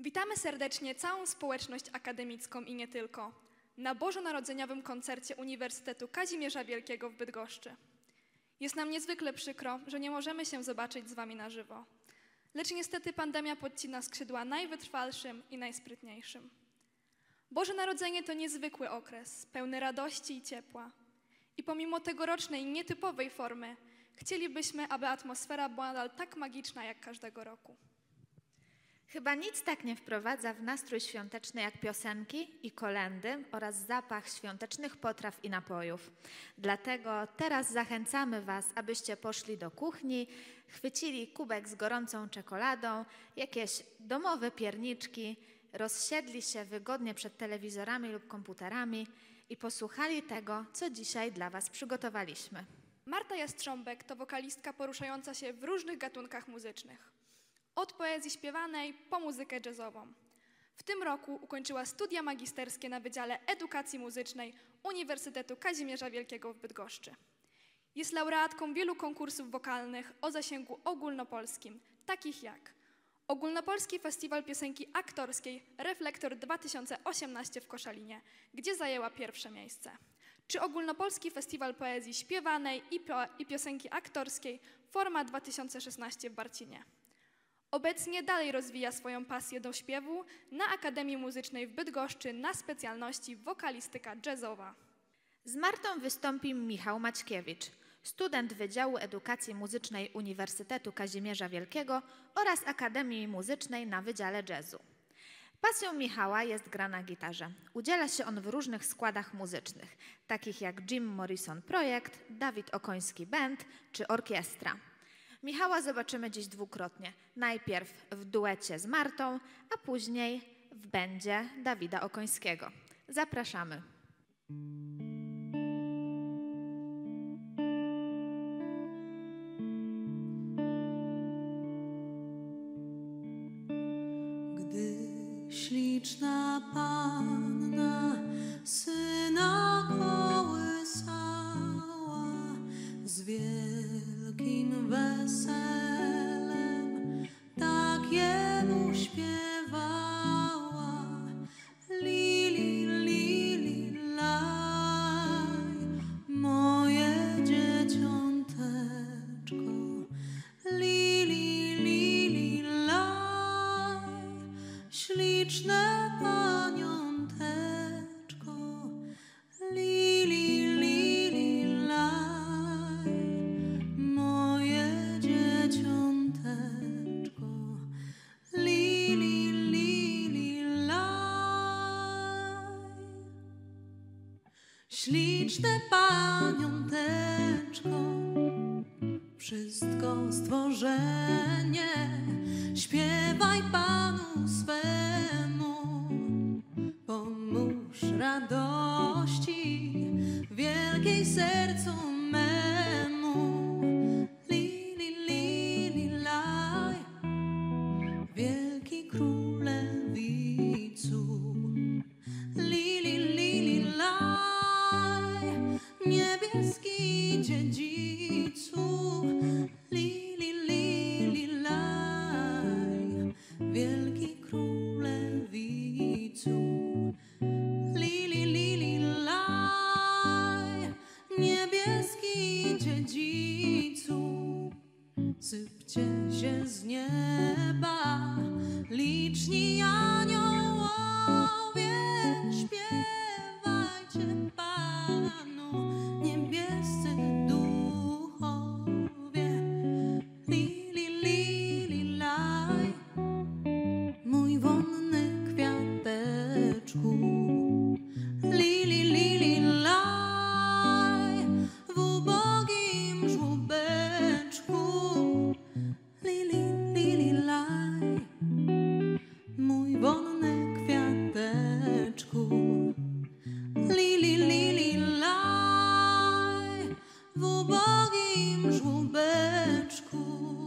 Witamy serdecznie całą społeczność akademicką i nie tylko na bożonarodzeniowym koncercie Uniwersytetu Kazimierza Wielkiego w Bydgoszczy. Jest nam niezwykle przykro, że nie możemy się zobaczyć z wami na żywo. Lecz niestety pandemia podcina skrzydła najwytrwalszym i najsprytniejszym. Boże Narodzenie to niezwykły okres, pełny radości i ciepła. I pomimo tegorocznej nietypowej formy, chcielibyśmy, aby atmosfera była nadal tak magiczna jak każdego roku. Chyba nic tak nie wprowadza w nastrój świąteczny jak piosenki i kolędy oraz zapach świątecznych potraw i napojów. Dlatego teraz zachęcamy Was, abyście poszli do kuchni, chwycili kubek z gorącą czekoladą, jakieś domowe pierniczki, rozsiedli się wygodnie przed telewizorami lub komputerami i posłuchali tego, co dzisiaj dla Was przygotowaliśmy. Marta Jastrząbek to wokalistka poruszająca się w różnych gatunkach muzycznych. Od poezji śpiewanej po muzykę jazzową. W tym roku ukończyła studia magisterskie na Wydziale Edukacji Muzycznej Uniwersytetu Kazimierza Wielkiego w Bydgoszczy. Jest laureatką wielu konkursów wokalnych o zasięgu ogólnopolskim, takich jak Ogólnopolski Festiwal Piosenki Aktorskiej Reflektor 2018 w Koszalinie, gdzie zajęła pierwsze miejsce, czy Ogólnopolski Festiwal Poezji Śpiewanej i Piosenki Aktorskiej Forma 2016 w Barcinie. Obecnie dalej rozwija swoją pasję do śpiewu na Akademii Muzycznej w Bydgoszczy na specjalności wokalistyka jazzowa. Z Martą wystąpi Michał Maćkiewicz, student Wydziału Edukacji Muzycznej Uniwersytetu Kazimierza Wielkiego oraz Akademii Muzycznej na Wydziale Jazzu. Pasją Michała jest gra na gitarze. Udziela się on w różnych składach muzycznych, takich jak Jim Morrison Projekt, Dawid Okoński Band czy orkiestra. Michała zobaczymy dziś dwukrotnie. Najpierw w duecie z Martą, a później w bendzie Dawida Okońskiego. Zapraszamy. Gdy śliczna panna syna kołysała z wielkim weselem, tak jemu śpiewała. Lili, lili, laj, moje dzieciąteczko. Lili, lili, laj, śliczne paniąteczko. Lili, lili, laj, moje dzieciąteczko. Lili, lili, laj, śliczne paniąteczko. Wszystko stworzenie śpiewaj Panu swemu, pomóż radości wielkiej sercu memu. Lili, lili, laj, wielki królewicu. Lili, lili, laj, niebieski dziedzicu. Lili, lili, laj, wielki królewicu. Lili, lili, laj, niebieski dziedzicu. Sypcie się z nieba liczni aniołowie, śpiewajcie Panu, niebiescy duchowie. Lili, lili, laj, mój wonny kwiateczku. Lili, lili, laj, w ubogim żłobeczku. Lili, lili, laj, mój wonny kwiateczku. Lili, lili, laj, w ubogim żłobeczku.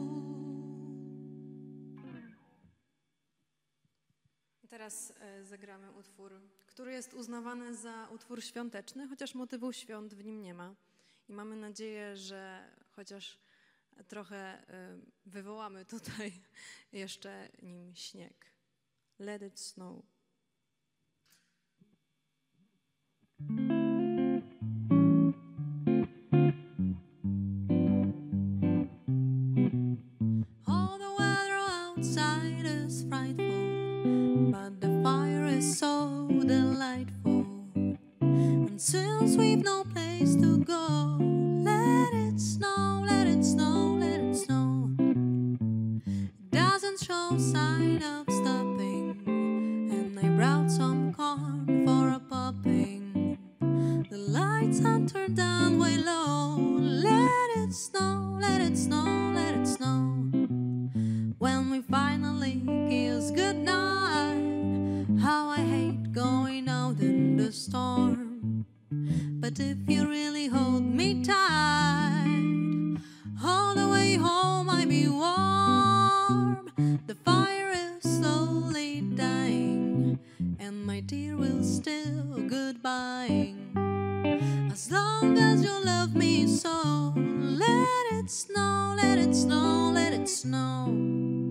Teraz zagramy utwór, który jest uznawany za utwór świąteczny, chociaż motywu świąt w nim nie ma. I mamy nadzieję, że chociaż trochę wywołamy tutaj jeszcze nim śnieg. Let It Snow. All the weather outside is frightful, but the fire is so delightful. And since we've no place to go, let it snow, let it snow, let it snow. It doesn't show sign of stopping, and I brought some corn for a popping. The lights are turned down way low. Let it snow, let it snow, let it snow. When we finally kiss goodnight, how I hate going out in the storm. But if you really hold me tight, all the way home I'll be warm. The fire is slowly dying, and my dear will still goodbying. As long as you love me so, let it snow, let it snow, let it snow.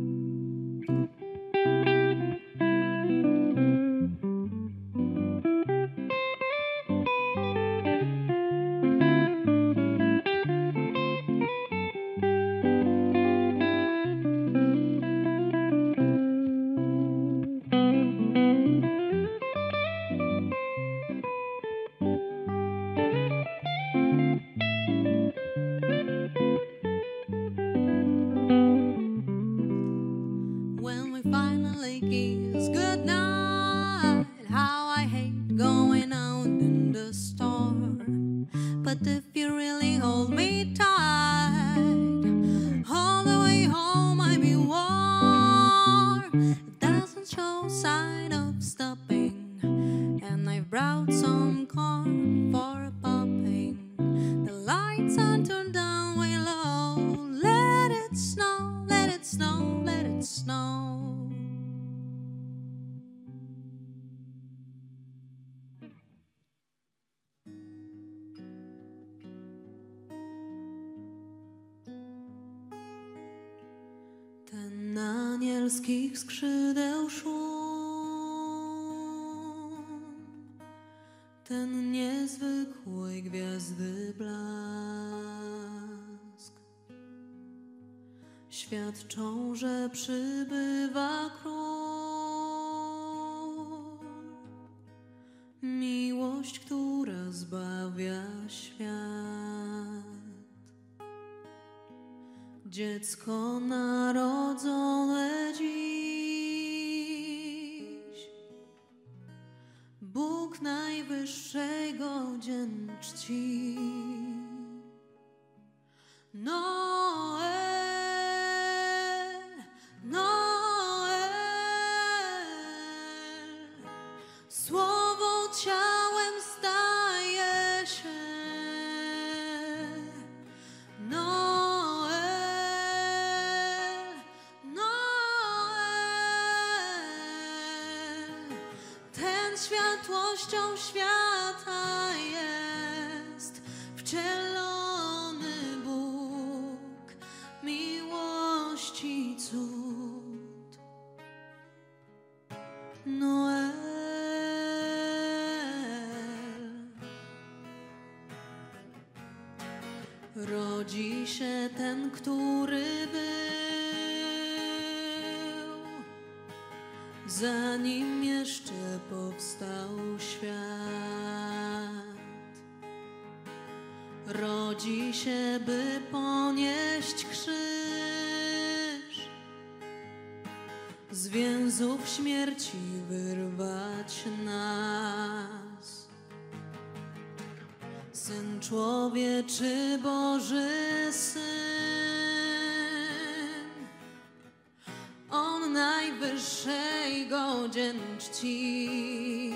When we finally kiss goodnight, how I hate going out in the storm. But if you really hold me tight, all the way home I'll be warm. It doesn't show sign of stopping, and I've brought some corn for a popping. The lights are turned down way low. Let it snow, let it snow, let it snow. Ten anielskich skrzydeł szum, ten niezwykłej gwiazdy blask świadczą, że przybywa król. Miłość, która zbawia świat. Dziecko narodzone dziś, Bóg najwyższego dzień czci. Noel, Noel, słowo ciałem staje się. Noel, Noel, ten światłością świata jest wcielony Bóg miłości cud. Noel. Rodzi się ten, który był, zanim jeszcze powstał świat. Rodzi się, by ponieść krzyż, z więzów śmierci wyrwać nas. Syn człowieczy, Boży Syn, On najwyższej godzien czci.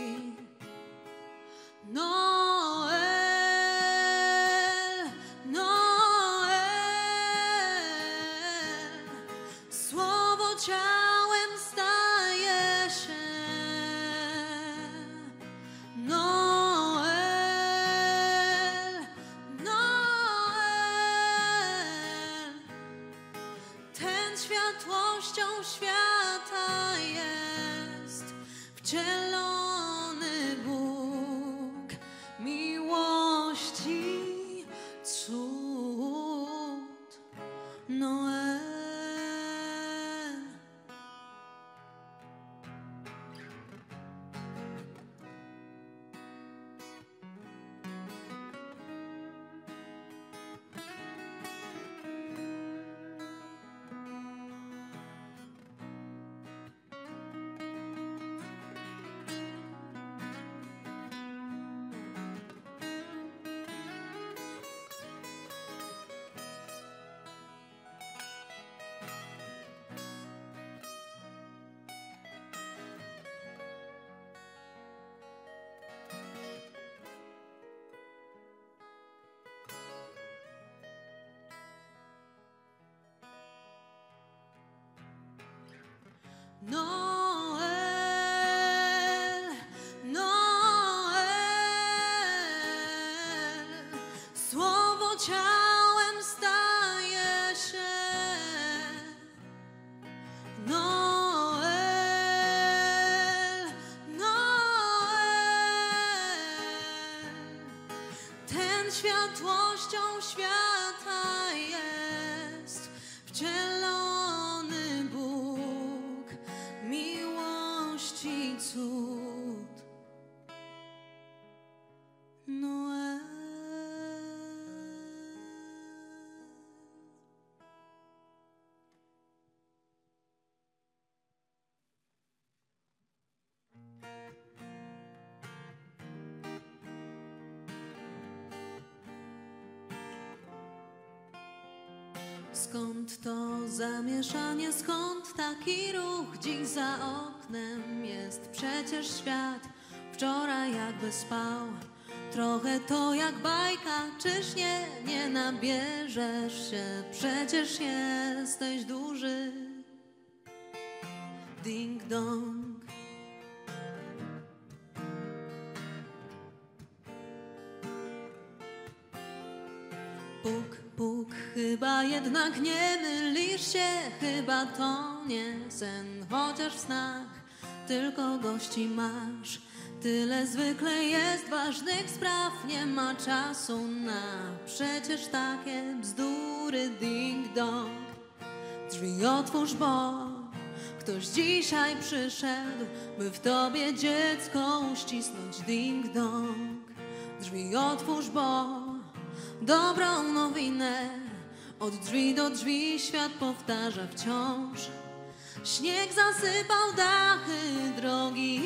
Noel, Noel, słowo ciałem staje się. Noel, Noel, ten światłością świata jest wcielony Bóg miłości, cud, Noel. Noel, Noel, słowo ciałem staje się. Noel, Noel, ten światłością świata jest wcielony Bóg miłości, cud, Noel. Skąd to zamieszanie, skąd taki ruch dziś za oknem? Jest przecież świat wczoraj jakby spał. Trochę to jak bajka, czyż nie nabierzesz się? Przecież jesteś duży. Ding dong. Puk, puk, chyba jednak nie mylisz się, chyba to nie sen, chociaż w snach tylko gości masz. Tyle zwykle jest ważnych spraw, nie ma czasu na przecież takie bzdury. Ding dong, drzwi otwórz, bo ktoś dzisiaj przyszedł, by w tobie dziecko uścisnąć. Ding dong, drzwi otwórz, bo dobrą nowinę od drzwi do drzwi świat powtarza wciąż. Śnieg zasypał dachy drogi,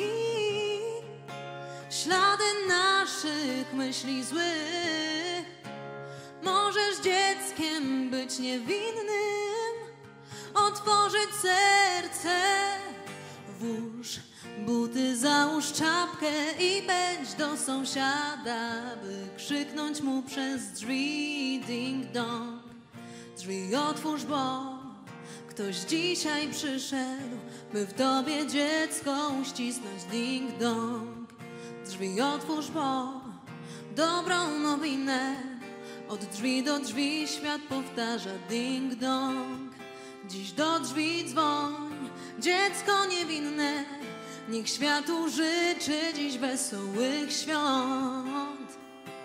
ślady naszych myśli złych. Możesz dzieckiem być niewinnym, otworzyć serce, włóż buty, załóż czapkę i pędź do sąsiada, by krzyknąć mu przez drzwi. Ding dong, drzwi otwórz, bo ktoś dzisiaj przyszedł, by w tobie dziecko uścisnąć. Ding dong, drzwi otwórz, bo dobrą nowinę od drzwi do drzwi świat powtarza. Ding dong, dziś do drzwi dzwoń, dziecko niewinne, niech światu życzy dziś wesołych świąt.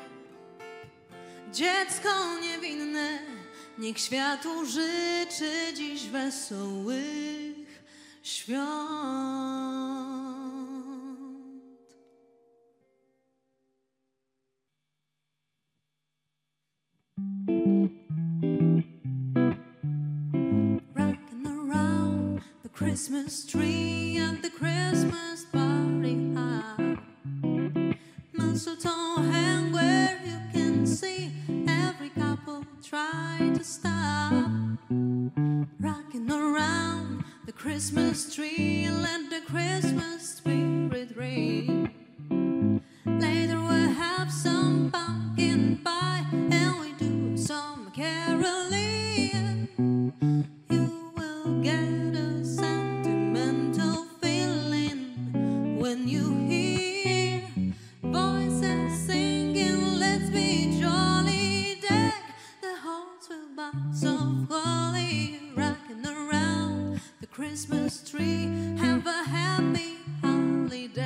Dziecko niewinne, niech światu życzy dziś wesołych świąt. Rocking around the Christmas tree at the Christmas party hop. Mistletoe hang where you can see every couple try to stop. Rocking around the Christmas tree, let the Christmas spirit ring. Later we'll have some pumpkin pie and we do some caroling. You will get a sentimental feeling when you hear voices singing, let's be jolly. Deck the halls with boughs of holly. Rocking around the Christmas tree, have a happy holiday.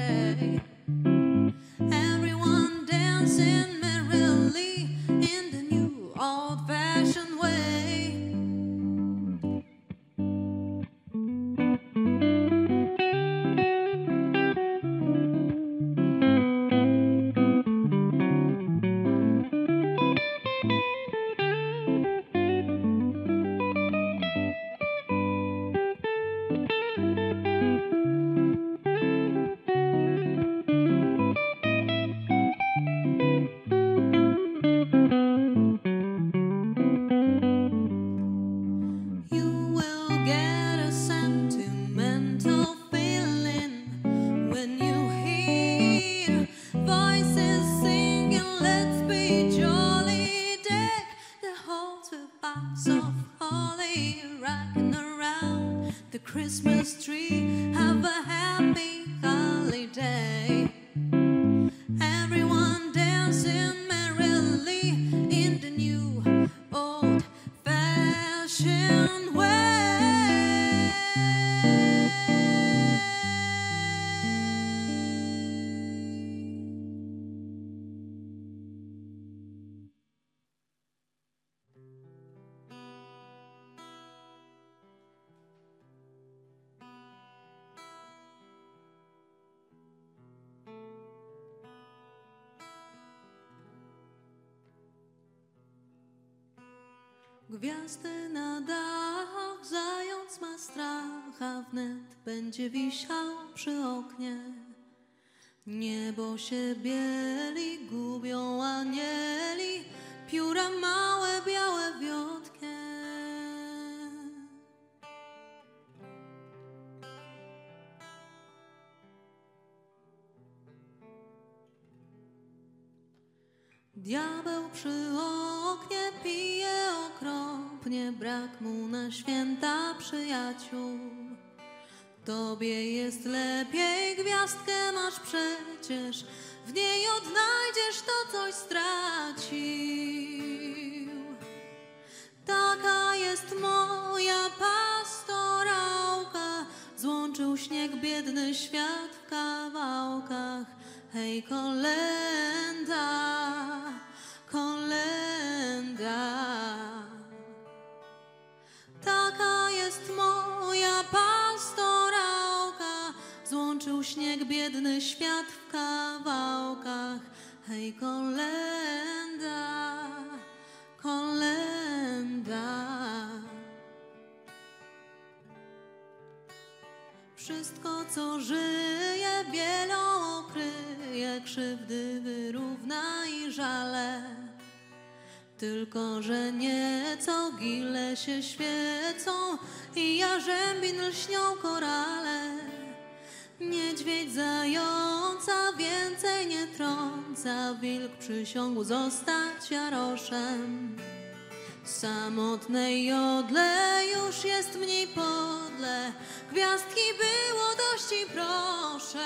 Gwiazdy na dach, zając ma strach, a wnet będzie wisiał przy oknie. Niebo się bieli, gubią anieli, pióra małe, białe, wiotkie. Diabeł przy oknie pije okropnie, brak mu na święta przyjaciół. Tobie jest lepiej, gwiazdkę masz przecież, w niej odnajdziesz to, coś stracił. Taka jest moja pastorałka, złączył śnieg biedny świat w kawałkach. Hej, kolenda, kolenda. Taka jest moja pastorałka, złączył śnieg biedny świat w kawałkach. Hej, kolenda, kolenda. Wszystko, co żyje, bielą okryje, krzywdy wyrówna i żale. Tylko że nieco gile się świecą i jarzębin lśnią korale. Niedźwiedź zająca więcej nie trąca, wilk przysiągł zostać jaroszem. Samotnej jodle już jest mniej podle, gwiazdki było dość i proszę.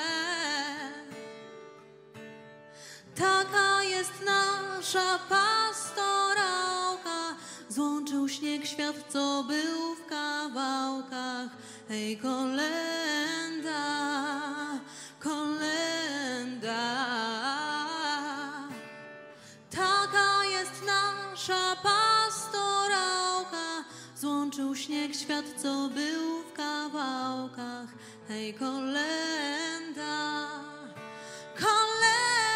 Taka jest nasza pastorałka, złączył śnieg świat, co był w kawałkach. Hej, kolenda, kolenda. Taka jest nasza pastorałka, złączył śnieg świat, co był w kawałkach. Hej, kolenda, kolenda.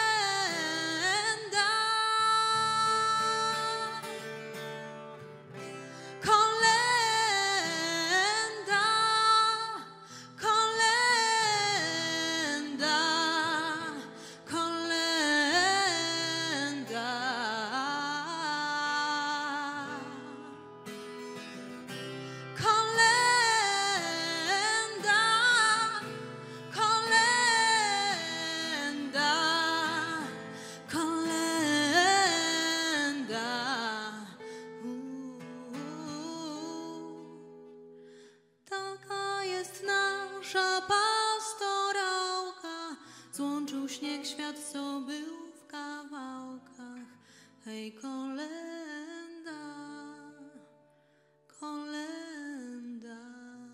Złączył śnieg świat, co był w kawałkach. Hej, kolenda, kolenda.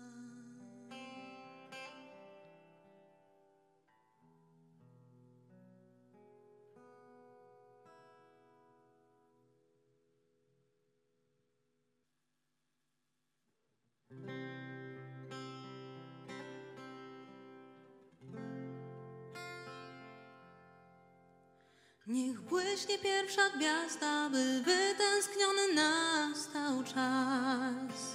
Niech błyśnie pierwsza gwiazda, by wytęskniony nastał czas.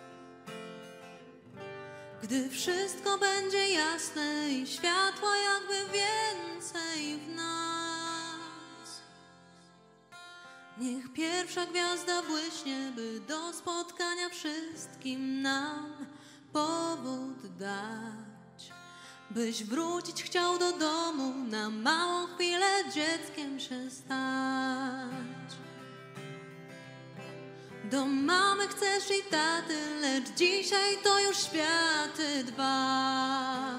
Gdy wszystko będzie jasne i światła jakby więcej w nas. Niech pierwsza gwiazda błyśnie, by do spotkania wszystkim nam powód dać. Byś wrócić chciał do domu, na małą chwilę dzieckiem się stać. Do mamy chcesz i taty, lecz dzisiaj to już światy dwa.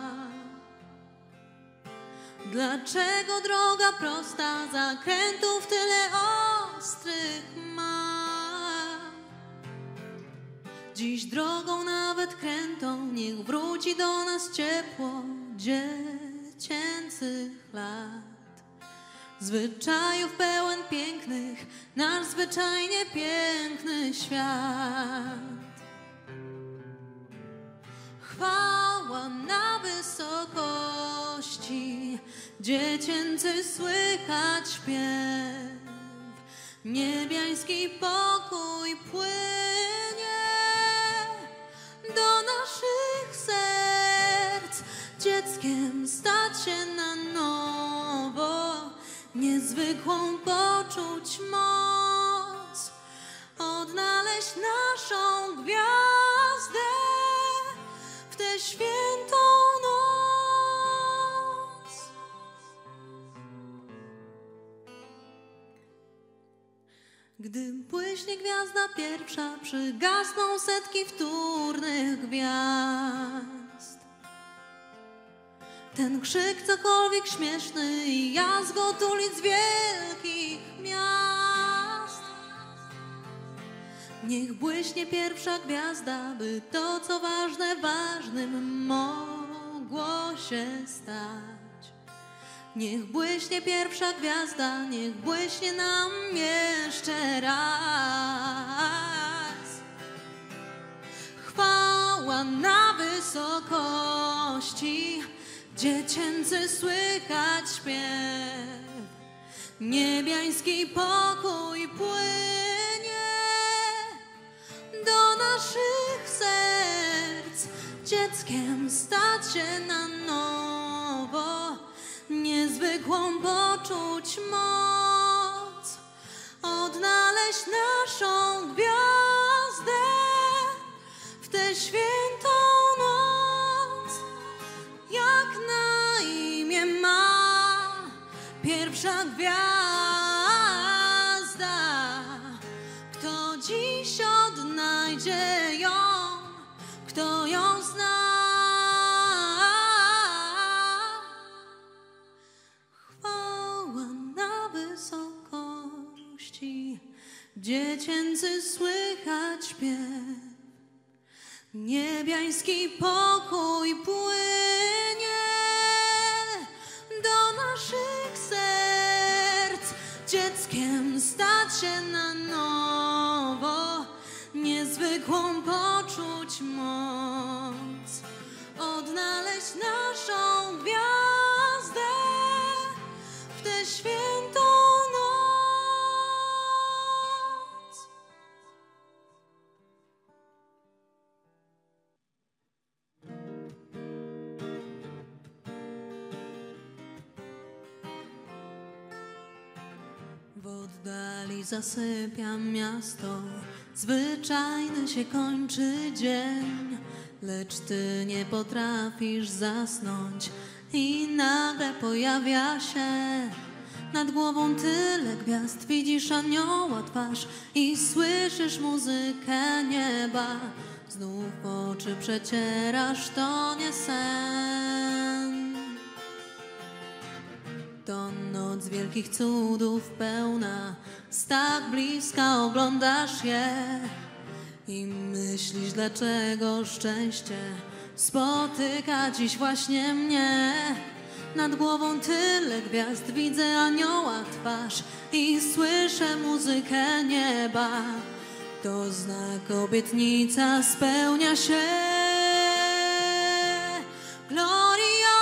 Dlaczego droga prosta zakrętów tyle ostrych ma? Dziś drogą nawet krętą, niech wróci do nas ciepło dziecięcych lat. Zwyczajów pełen pięknych, nasz zwyczajnie piękny świat. Chwała na wysokości, dziecięcy słychać śpiew. Niebiański pokój płynie do naszych serc. Dzieckiem stać się na nowo, niezwykłą poczuć moc, odnaleźć naszą gwiazdę w tę świętą noc. Gdy błyśnie gwiazda pierwsza, przygasną setki wtórnych gwiazd. Ten krzyk cokolwiek śmieszny i jazgot ulic wielkich miast. Niech błyśnie pierwsza gwiazda, by to, co ważne, ważnym mogło się stać. Niech błyśnie pierwsza gwiazda, niech błyśnie nam jeszcze raz. Chwała na wysokości, dziecięcy słychać śpiew. Niebiański pokój płynie do naszych serc. Dzieckiem stać się na nowo, niezwykłą poczuć moc, odnaleźć naszą gwiazdę w tę świętą noc. Jak na imię ma pierwsza gwiazda? Kto dziś odnajdzie ją? Kto ją zna? Chwała na wysokości, dziecięcy słychać śpiew. Niebiański pokój płynie do naszych serc. Dzieckiem stać się na nowo, niezwykłą poczuć moc, odnaleźć naszą gwiazdę w tę świętą noc. W oddali zasypia miasto, zwyczajny się kończy dzień, lecz ty nie potrafisz zasnąć i nagle pojawia się nad głową tyle gwiazd. Widzisz anioła twarz i słyszysz muzykę nieba. Znów oczy przecierasz, to nie sen. To noc wielkich cudów pełna, z tak bliska oglądasz je i myślisz, dlaczego szczęście spotyka dziś właśnie mnie. Nad głową tyle gwiazd, widzę anioła twarz i słyszę muzykę nieba. To znak, obietnica spełnia się. Gloria!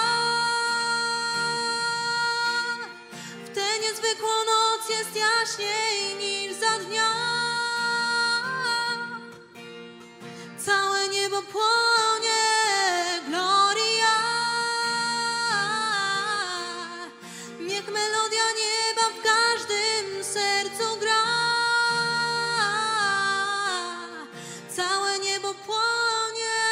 W tę niezwykłą noc jest jaśniej niż za dnia. Całe niebo płonie. Gloria! Niech melodia nieba w każdym sercu gra. Całe niebo płonie.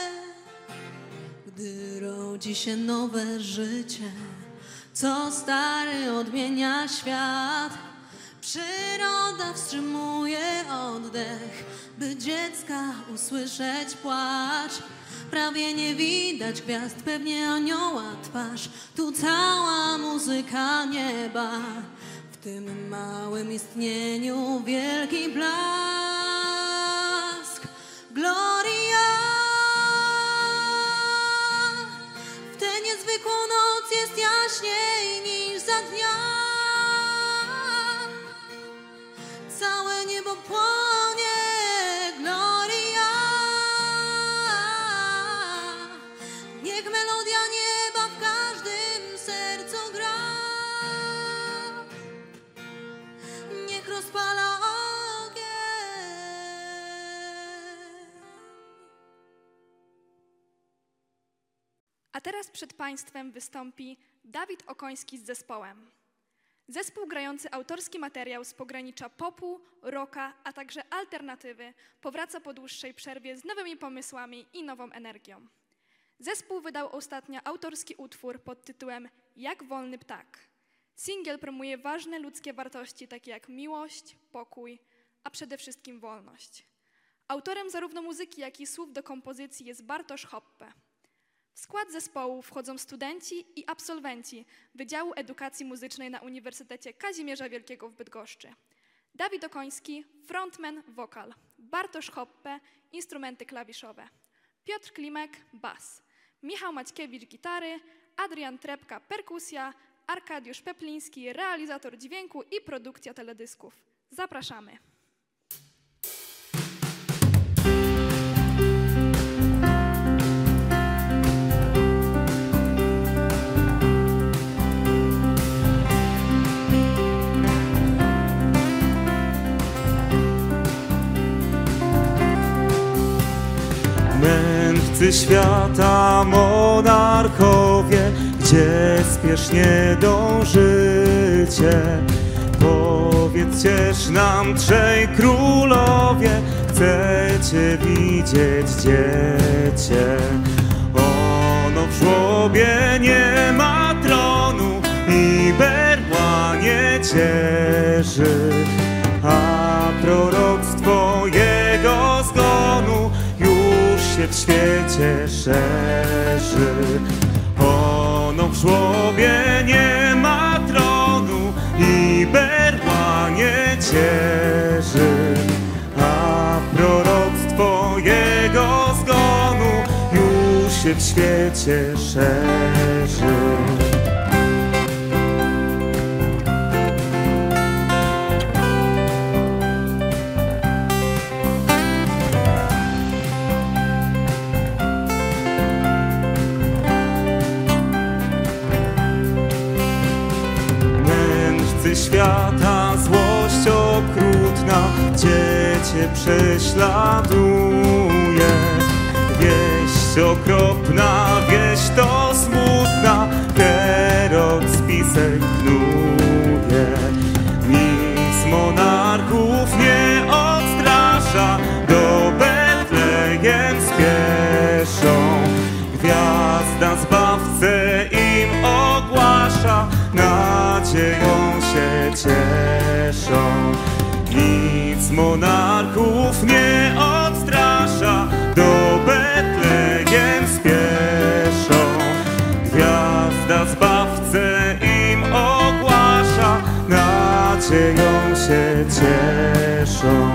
Gdy rodzi się nowe życie, co stary odmienia świat, przyroda wstrzymuje oddech, by dziecka usłyszeć płacz. Prawie nie widać gwiazd, pewnie anioła twarz. Tu cała muzyka nieba, w tym małym istnieniu wielki blask. Gloria! W tę niezwykłą noc jest jaśniej niż za dnia. Całe niebo płonie. Gloria! Niech melodia nieba w każdym sercu gra. Niech spal ogień. A teraz przed Państwem wystąpi Dawid Okoński z zespołem. Zespół grający autorski materiał z pogranicza popu, rocka, a także alternatywy powraca po dłuższej przerwie z nowymi pomysłami i nową energią. Zespół wydał ostatnio autorski utwór pod tytułem Jak wolny ptak. Singiel promuje ważne ludzkie wartości takie jak miłość, pokój, a przede wszystkim wolność. Autorem zarówno muzyki, jak i słów do kompozycji jest Bartosz Hoppe. W skład zespołu wchodzą studenci i absolwenci Wydziału Edukacji Muzycznej na Uniwersytecie Kazimierza Wielkiego w Bydgoszczy. Dawid Okoński, frontman, wokal. Bartosz Hoppe, instrumenty klawiszowe. Piotr Klimek, bas. Michał Maćkiewicz, gitary. Adrian Trepka, perkusja. Arkadiusz Pepliński, realizator dźwięku i produkcja teledysków. Zapraszamy. Mędrcy świata, monarchowie, gdzie spiesznie dążycie? Powiedzcież nam, trzej królowie, chcecie widzieć dziecię. Ono w żłobie nie ma tronu i berła nie cieszy, a proroctwo jego zgonu już się w świecie szerzy. Ono w żłobie nie ma tronu i berła nie cieszy, a proroctwo jego zgonu już się w świecie szerzy. Świata złość okrutna dziecię prześladuje. Wieść okropna, wieść to smutna, Herod spisek knuje. Nic monarchów nie odstrasza, do Betlejem spieszą. Gwiazda Zbawcę im ogłasza, nadzieją się cieszą. Nic monarchów nie odstrasza, do Betlejem spieszą. Gwiazda Zbawcę im ogłasza, nadzieją się cieszą.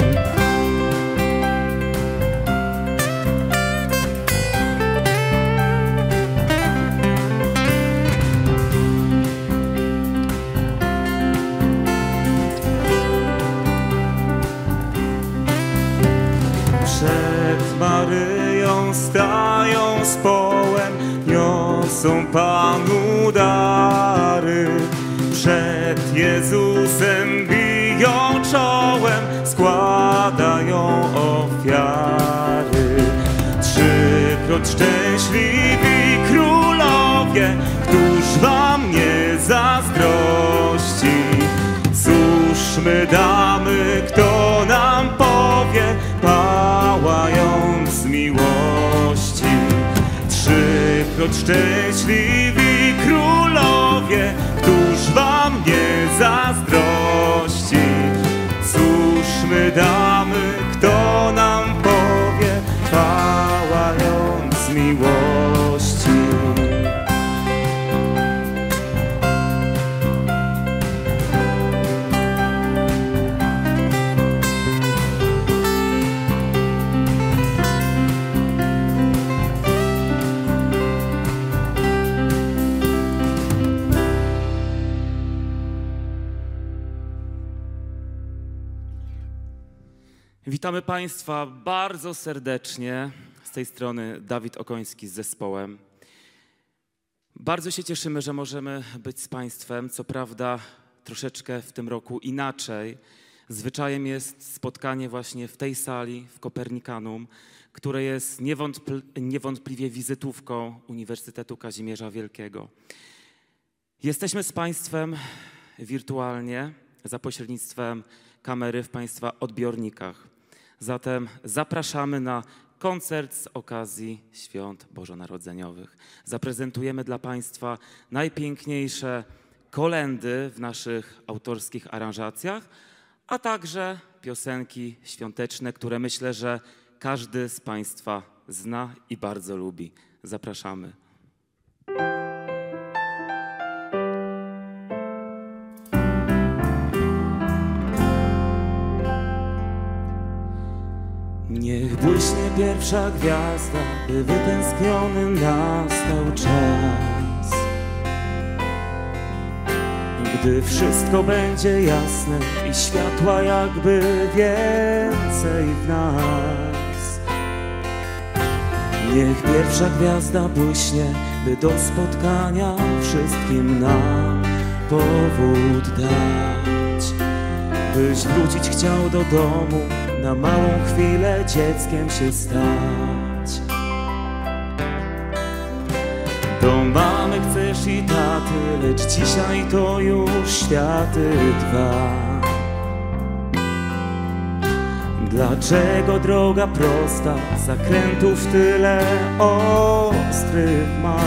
Przed Maryją stają z połem, niosą Panu dary. Przed Jezusem biją czołem, składają ofiary. Trzykroć szczęśliwi królowie, któż wam nie zazdrości? Cóż my damy, kto nam powie, pałając miłości? Trzykroć szczęśliwi królowie, któż wam nie zazdrości? Cóż my damy, kto nam powie, pałając miłości? Witamy Państwa bardzo serdecznie. Z tej strony Dawid Okoński z zespołem. Bardzo się cieszymy, że możemy być z Państwem. Co prawda troszeczkę w tym roku inaczej, Zwyczajem jest spotkanie właśnie w tej sali, w Kopernikanum, które jest niewątpliwie wizytówką Uniwersytetu Kazimierza Wielkiego. Jesteśmy z Państwem wirtualnie za pośrednictwem kamery w Państwa odbiornikach. Zatem zapraszamy na koncert z okazji Świąt Bożonarodzeniowych. Zaprezentujemy dla Państwa najpiękniejsze kolędy w naszych autorskich aranżacjach, a także piosenki świąteczne, które myślę, że każdy z Państwa zna i bardzo lubi. Zapraszamy. Niech błyśnie pierwsza gwiazda, by wytęskniony nastał czas. Gdy wszystko będzie jasne i światła jakby więcej w nas. Niech pierwsza gwiazda błyśnie, by do spotkania wszystkim nam powód dać. Byś wrócić chciał do domu, na małą chwilę dzieckiem się stać. Do mamy chcesz i taty, lecz dzisiaj to już światy dwa. Dlaczego droga prosta, zakrętów tyle ostrych ma?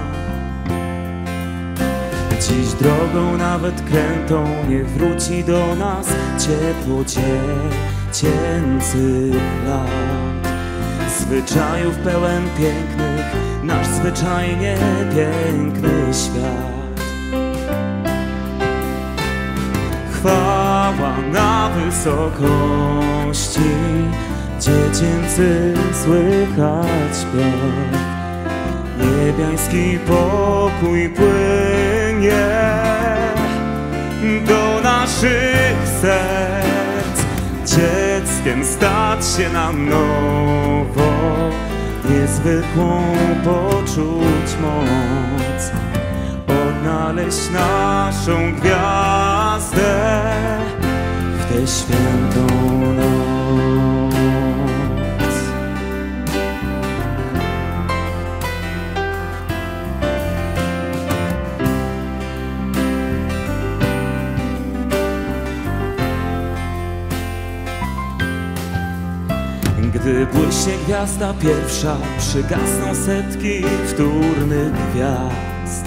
Dziś drogą nawet krętą, niech wróci do nas ciepło dziecięcych lat. Zwyczajów pełen pięknych, nasz zwyczajnie piękny świat. Chwała na wysokości, dziecięcy słychać śpiew. Niebiański pokój płynie do naszych serc. Dzieckiem stać się na nowo, niezwykłą poczuć moc. Odnaleźć naszą gwiazdę w tę świętą noc. Gdy błyśnie gwiazda pierwsza, przygasną setki wtórnych gwiazd.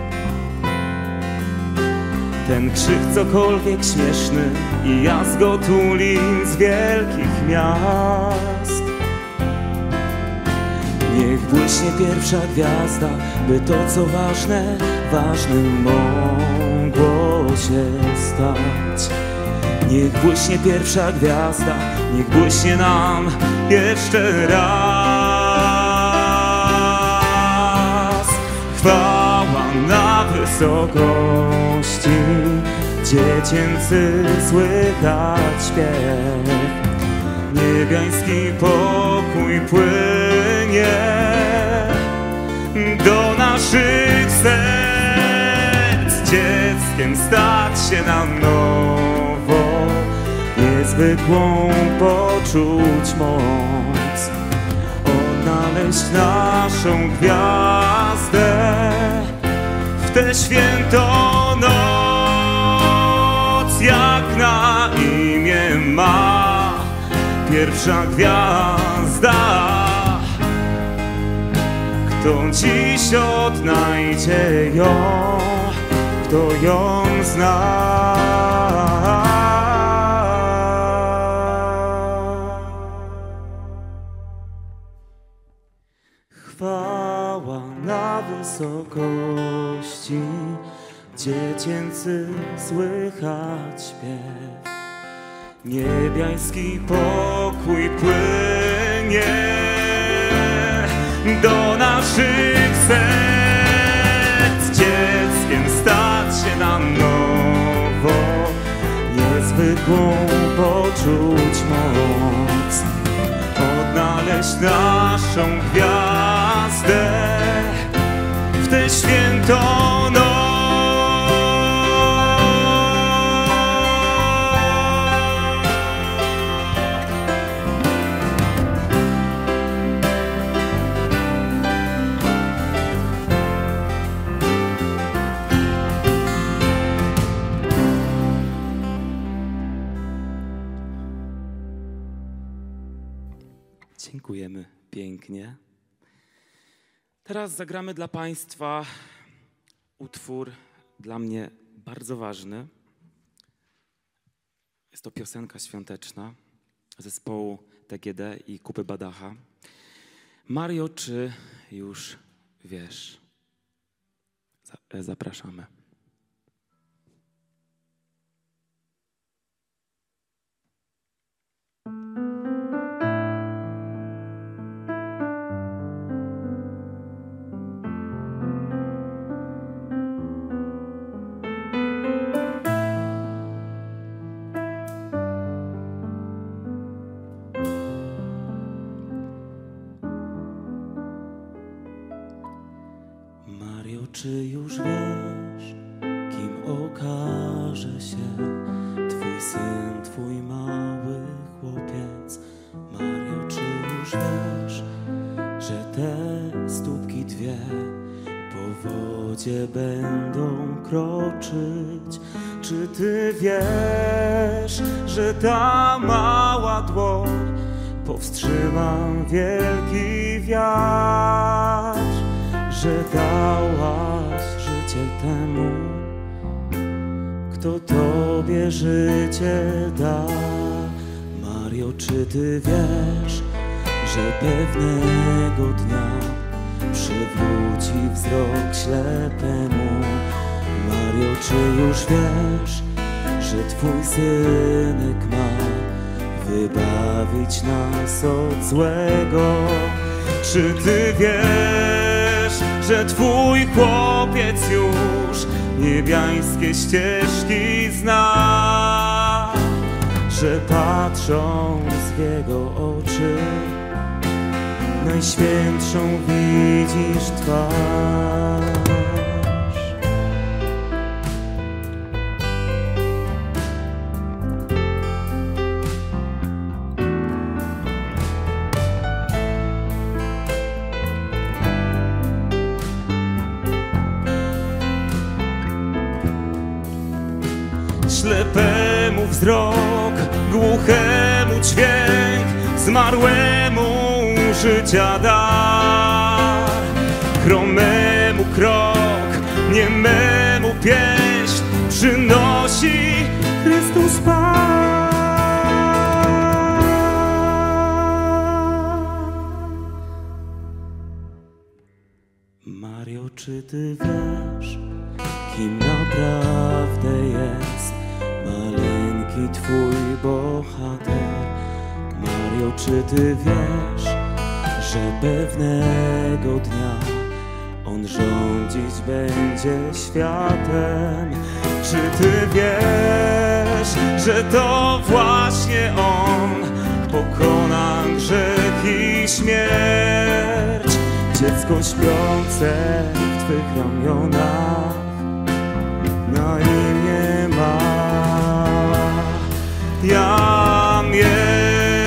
Ten krzyk cokolwiek śmieszny i jazgot ulic wielkich miast. Niech błyśnie pierwsza gwiazda, by to co ważne, ważnym mogło się stać. Niech błyśnie pierwsza gwiazda, niech błyśnie nam jeszcze raz. Chwała na wysokości, dziecięcy słychać śpiew. Niebiański pokój płynie do naszych serc. Dzieckiem stać się nam nowo, niezwykłą poczuć moc. Odnaleźć naszą gwiazdę w tę świętą noc. Jak na imię ma pierwsza gwiazda, kto dziś odnajdzie ją, kto ją zna. Chwała na wysokości, dziecięcy słychać śpiew. Niebiański pokój płynie do naszych serc. Dzieckiem stać się nam nowo, niezwykłą poczuć moc. Odnaleźć naszą gwiazdę w tę świętą noc. Dziękujemy pięknie. Teraz zagramy dla Państwa utwór dla mnie bardzo ważny. Jest to piosenka świąteczna zespołu TGD i Kupy Badacha. Mario, czy już wiesz? Zapraszamy. Czy już wiesz, kim okaże się Twój syn, Twój mały chłopiec? Mario, czy już wiesz, że te stópki dwie po wodzie będą kroczyć? Czy Ty wiesz, że ta mała dłoń powstrzyma wielki wiatr? Że dałaś życie temu, kto Tobie życie da. Mario, czy Ty wiesz, że pewnego dnia przywróci wzrok ślepemu? Mario, czy już wiesz, że Twój synek ma wybawić nas od złego? Czy Ty wiesz, że Twój chłopiec już niebiańskie ścieżki zna? Że patrząc w jego oczy najświętszą widzisz twarz. Ślepemu wzrok, głuchemu dźwięk, zmarłemu życia dar. Chromemu krok, niememu pieśń przynosi Chrystus Pan. Mario, czy Ty wiesz, kim naprawdę jest maleńki Twój bohater? Mario, czy Ty wiesz, że pewnego dnia On rządzić będzie światem? Czy Ty wiesz, że to właśnie On pokona grzech i śmierć? Dziecko śpiące w Twych ramionach na imię ma Jamie.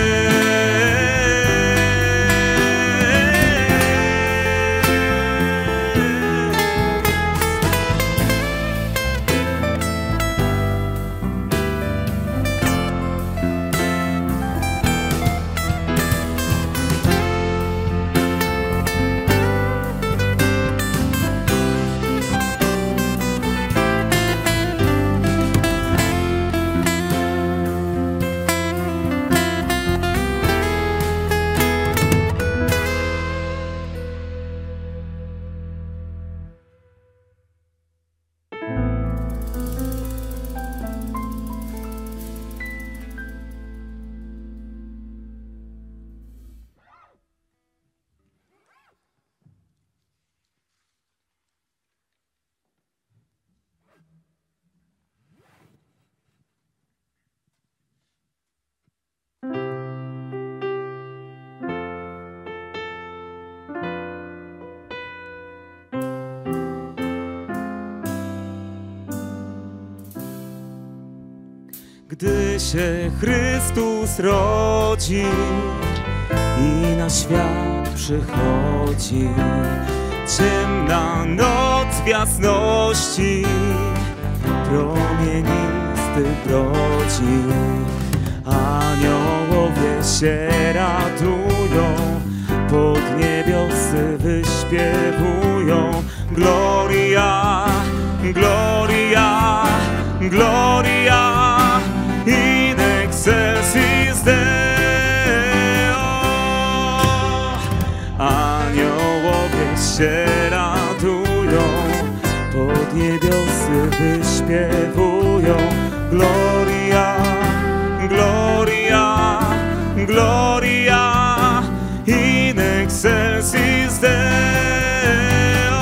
Gdy się Chrystus rodzi i na świat przychodzi, ciemna noc w jasności, promienisty brodzi. Aniołowie się radują, pod niebiosy wyśpiewują. Gloria, Gloria, Gloria in excelsis Deo. Aniołowie się radują, pod niebiosy wyśpiewują. Gloria, Gloria, Gloria in excelsis Deo.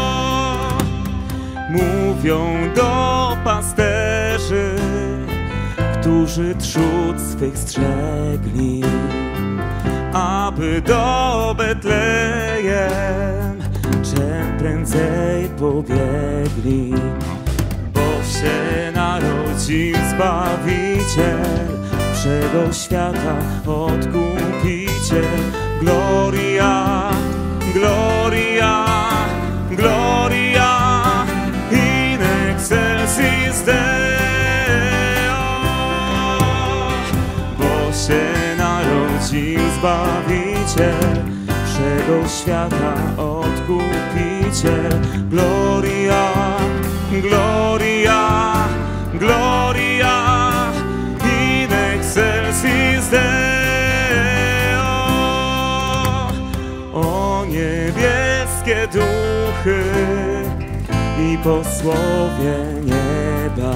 Mówią do pasterzy, którzy trzód swych strzegli, aby do Betlejem czym prędzej pobiegli. Bo się narodził Zbawiciel, wszego świata Odkupiciel. Gloria, Gloria, Gloria in excelsis Deo. Bo się narodził Zbawiciel, wszego świata Odkupiciel. Gloria, Gloria, Gloria in excelsis Deo. O niebieskie duchy i posłowie nieba,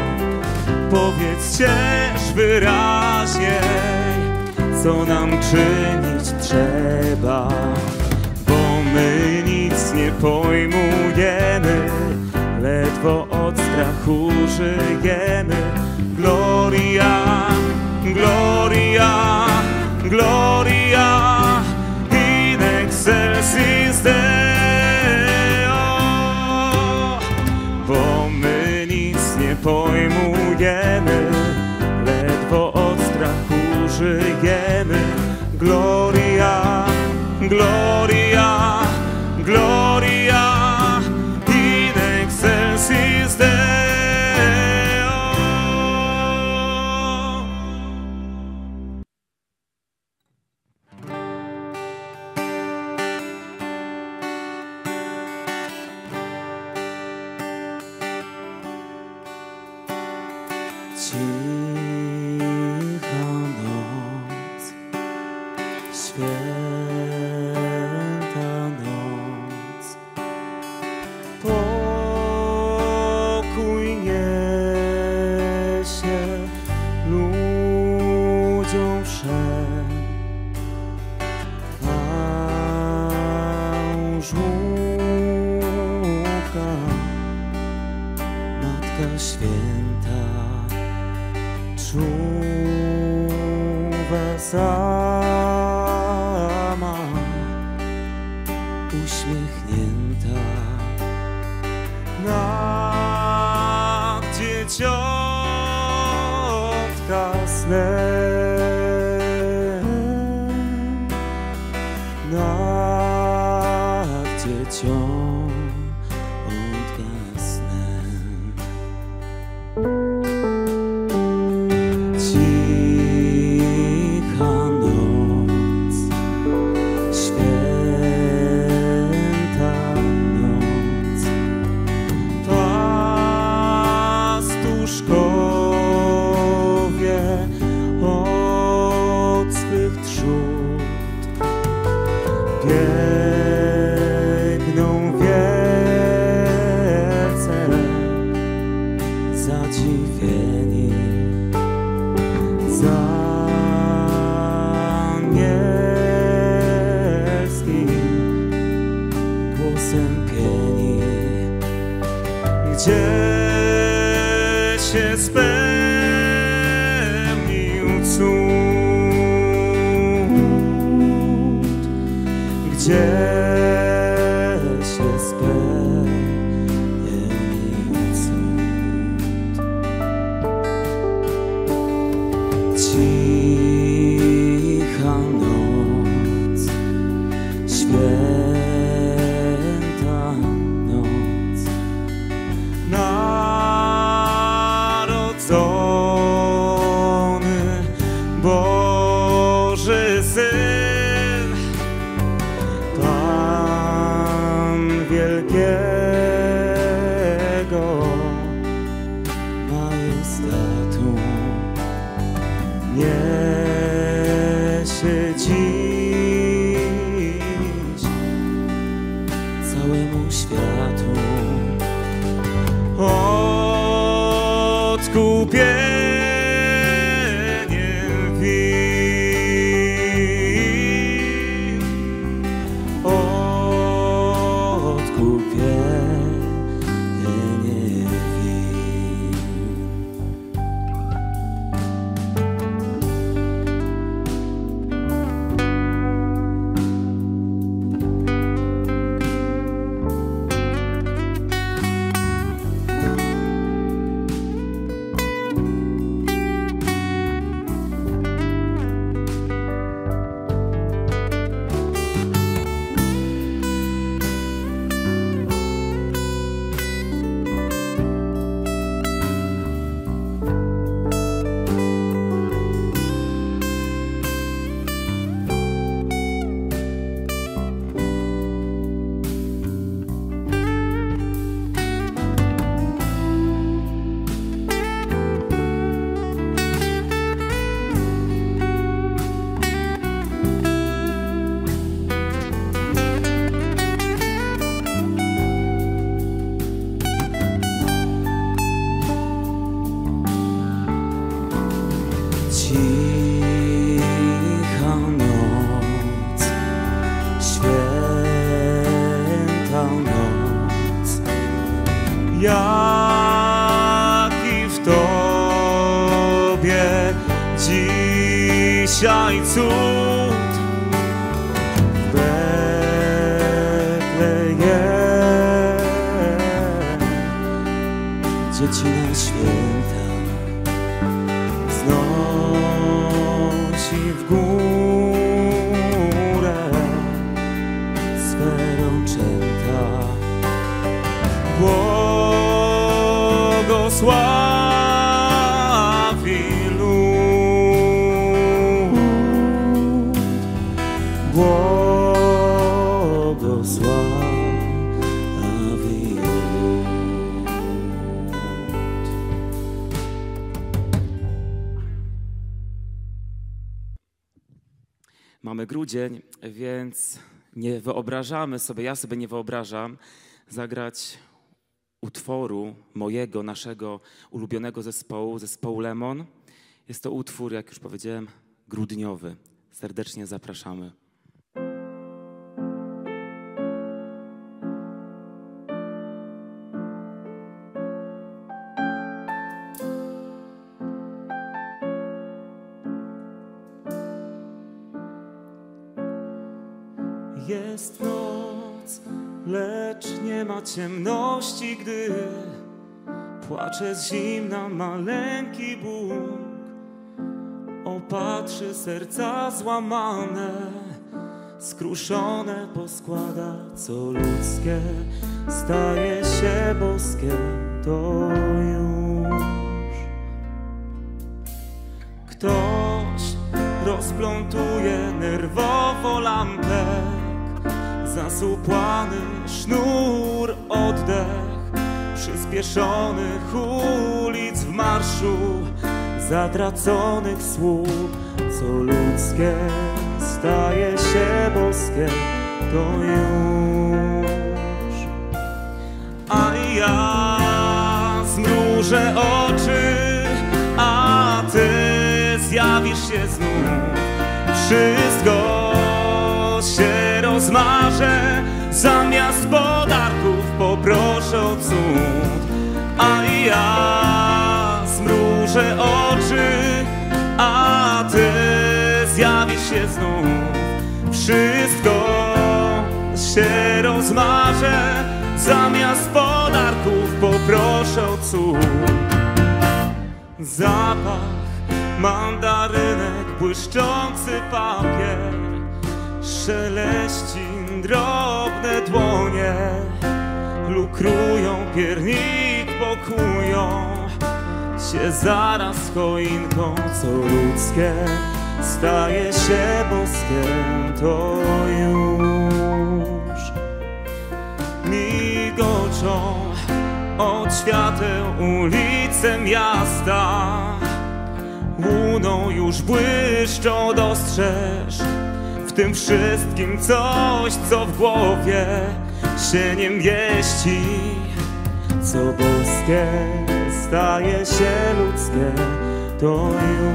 powiedzcież wyraźniej, co nam czynić trzeba, bo my nic nie pojmujemy, ledwo od strachu żyjemy. Gloria, Gloria, Gloria in excelsis Deo. Bo my nic nie pojmujemy, ledwo od strachu żyjemy. Gloria, Gloria, Gloria in excelsis Deo. Cicha noc, święta noc, pokój niesie ludziom wszem, a u żłóbka Matka Święta czuwa sama, uśmiechnięta nad dzieciątka snem, nad dzieciątka snem. Cicha noc, święta noc, pastuszkowie od swych trzód biegną wielce zadziwieni, za anielskim głosem pieni, gdzie się spełnił cud, gdzie się spełnił cud. Cicha noc, święta noc, narodzony jaki w Tobie dzisiaj cud. W Betlejem dzieci nam święta znosi w górę swe rączęta. Błogosławi lud, błogosławi lud. Mamy grudzień, więc nie wyobrażamy sobie, ja sobie nie wyobrażam zagrać utworu mojego, naszego ulubionego zespołu Lemon. Jest to utwór, jak już powiedziałem, grudniowy. Serdecznie zapraszamy. Jest noc, lecz nie ma ciemności, gdy płacze z zimna maleńki Bóg. Opatrzy serca złamane, skruszone poskłada, co ludzkie staje się boskie, to już ktoś rozplątuje nerwowo lampę, zasupłany sznur, oddech przyspieszonych ulic w marszu, zatraconych słów, co ludzkie staje się boskie, to już. A ja zmrużę oczy, a Ty zjawisz się znów. Wszystko się rozmarzę, zamiast podarków poproszę o cud. A ja zmrużę oczy, a Ty zjawisz się znów. Wszystko się rozmarzę, zamiast podarków poproszę o cud. Zapach mandarynek, błyszczący papier, szeleści drobne dłonie, lukrują, piernik pokują się zaraz choinką, co ludzkie staje się boskie, to już. Migoczą od świateł ulice miasta, łuną już błyszczą, dostrzeż w tym wszystkim coś, co w głowie się nie mieści, co boskie staje się ludzkie, to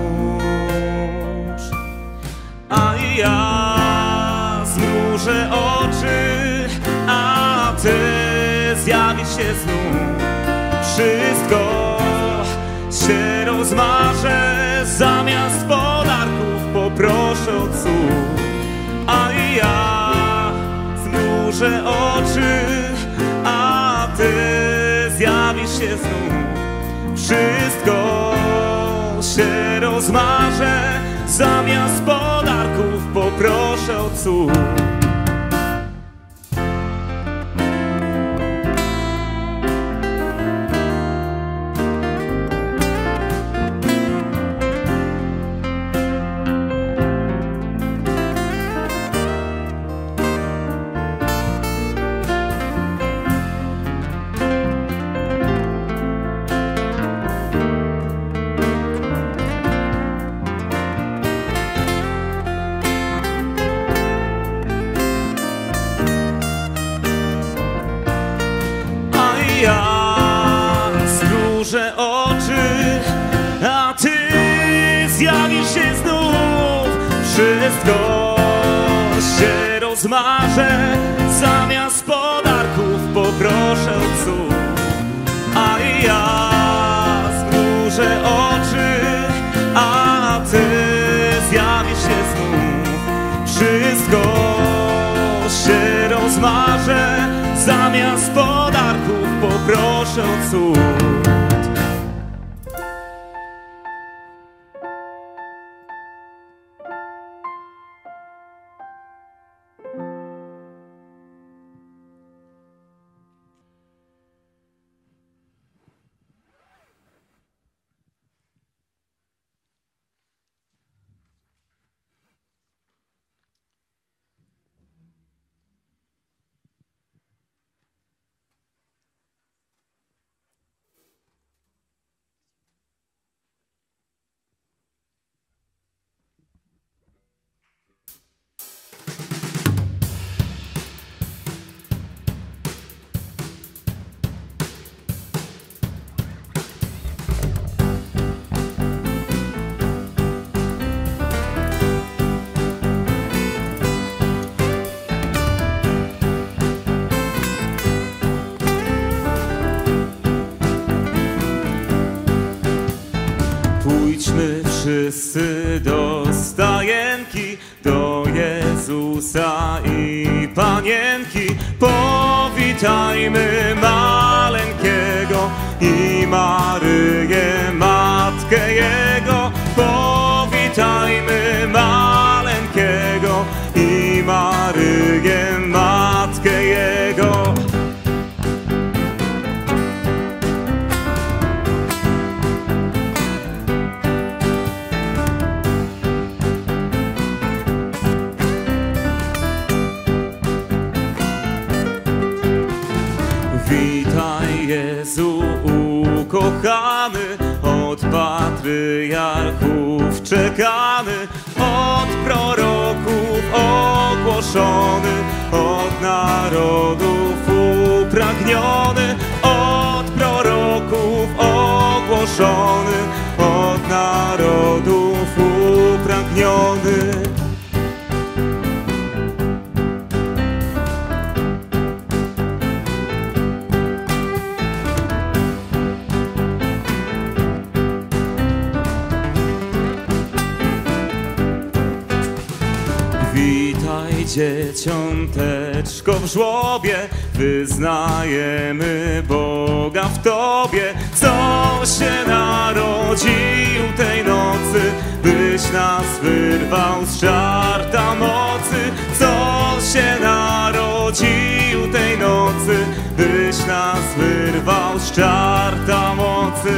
już. A ja zmrużę oczy, a Ty zjawisz się znów. Wszystko się rozmarzę, zamiast podarków poproszę o cud. A ja zmrużę oczy, a Ty zjawisz się znów. Wszystko się rozmarzę, zamiast podarków poproszę o cud. Ja zmrużę oczy, a Ty zjawisz się znów. Wszystko się rozmarzę, zamiast podarków poproszę o cud. proszę o cud. Pójdźmy wszyscy do stajenki, do Jezusa i Panienki. Powitajmy maleńkiego i Maryję, Matkę Jego. Powitajmy maleńkiego i Maryję, Matkę Jego. Witaj Jezu ukochany, od patriarchów czekany, od proroków ogłoszony, od narodów upragniony, od proroków ogłoszony, od narodów upragniony. Witaj dzieciąteczko w żłobie, wyznajemy Boga w Tobie, co się narodził tej nocy, byś nas wyrwał z żarta mocy. Co się narodził tej nocy, byś nas wyrwał z żarta mocy.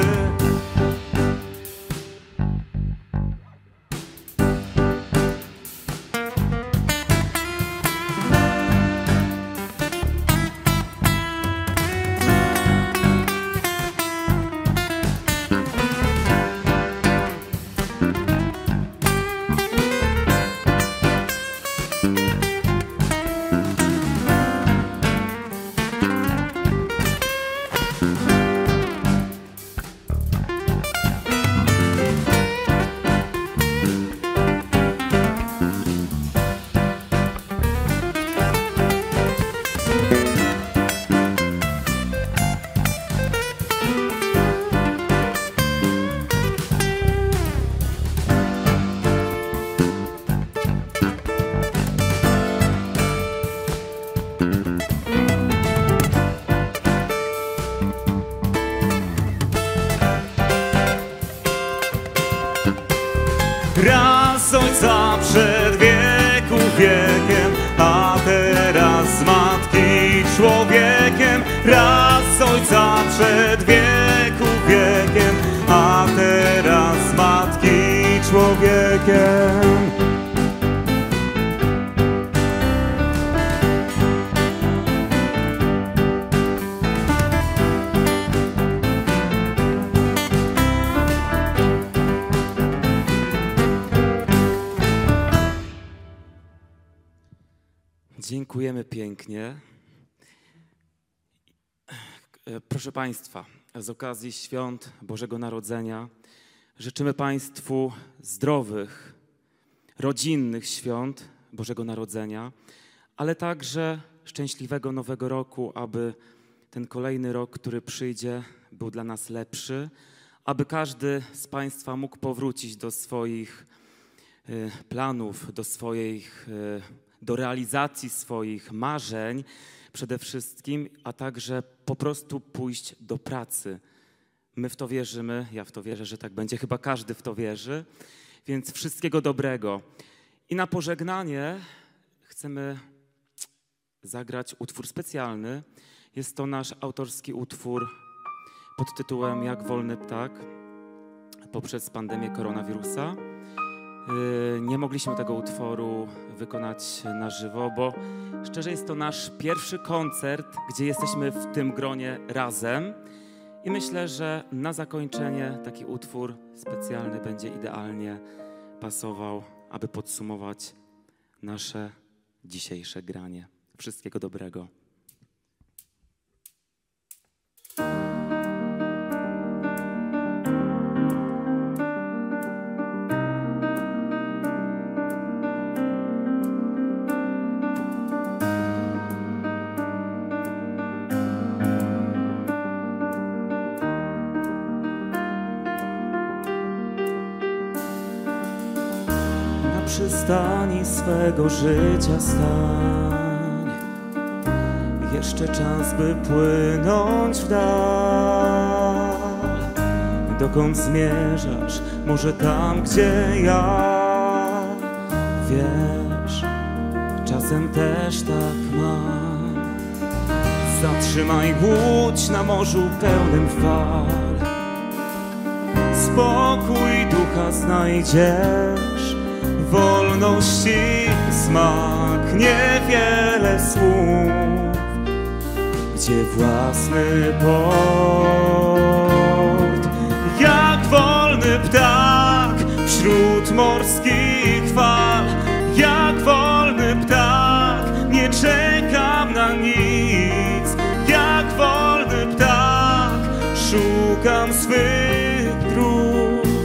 Raz ojca przed wieku wiekiem, a teraz z matki człowiekiem. Raz ojca przed wieku wiekiem, a teraz z matki człowiekiem. Dziękujemy pięknie. Proszę Państwa, z okazji świąt Bożego Narodzenia życzymy Państwu zdrowych, rodzinnych świąt Bożego Narodzenia, ale także szczęśliwego Nowego Roku, aby ten kolejny rok, który przyjdzie, był dla nas lepszy, aby każdy z Państwa mógł powrócić do swoich planów, do realizacji swoich marzeń, przede wszystkim, a także po prostu pójść do pracy. My w to wierzymy, ja w to wierzę, że tak będzie, chyba każdy w to wierzy, więc wszystkiego dobrego. I na pożegnanie chcemy zagrać utwór specjalny. Jest to nasz autorski utwór pod tytułem Jak wolny ptak poprzez pandemię koronawirusa. Nie mogliśmy tego utworu wykonać na żywo, bo szczerze jest to nasz pierwszy koncert, gdzie jesteśmy w tym gronie razem i myślę, że na zakończenie taki utwór specjalny będzie idealnie pasował, aby podsumować nasze dzisiejsze granie. Wszystkiego dobrego. Przystani swego życia stań. Jeszcze czas, by płynąć w dal. Dokąd zmierzasz? Może tam, gdzie ja. Wiesz, czasem też tak mam. Zatrzymaj łódź na morzu pełnym fal. Spokój ducha znajdziesz. Wolności smak, niewiele słów, gdzie własny port. Jak wolny ptak wśród morskich fal, jak wolny ptak, nie czekam na nic. Jak wolny ptak, szukam swych dróg.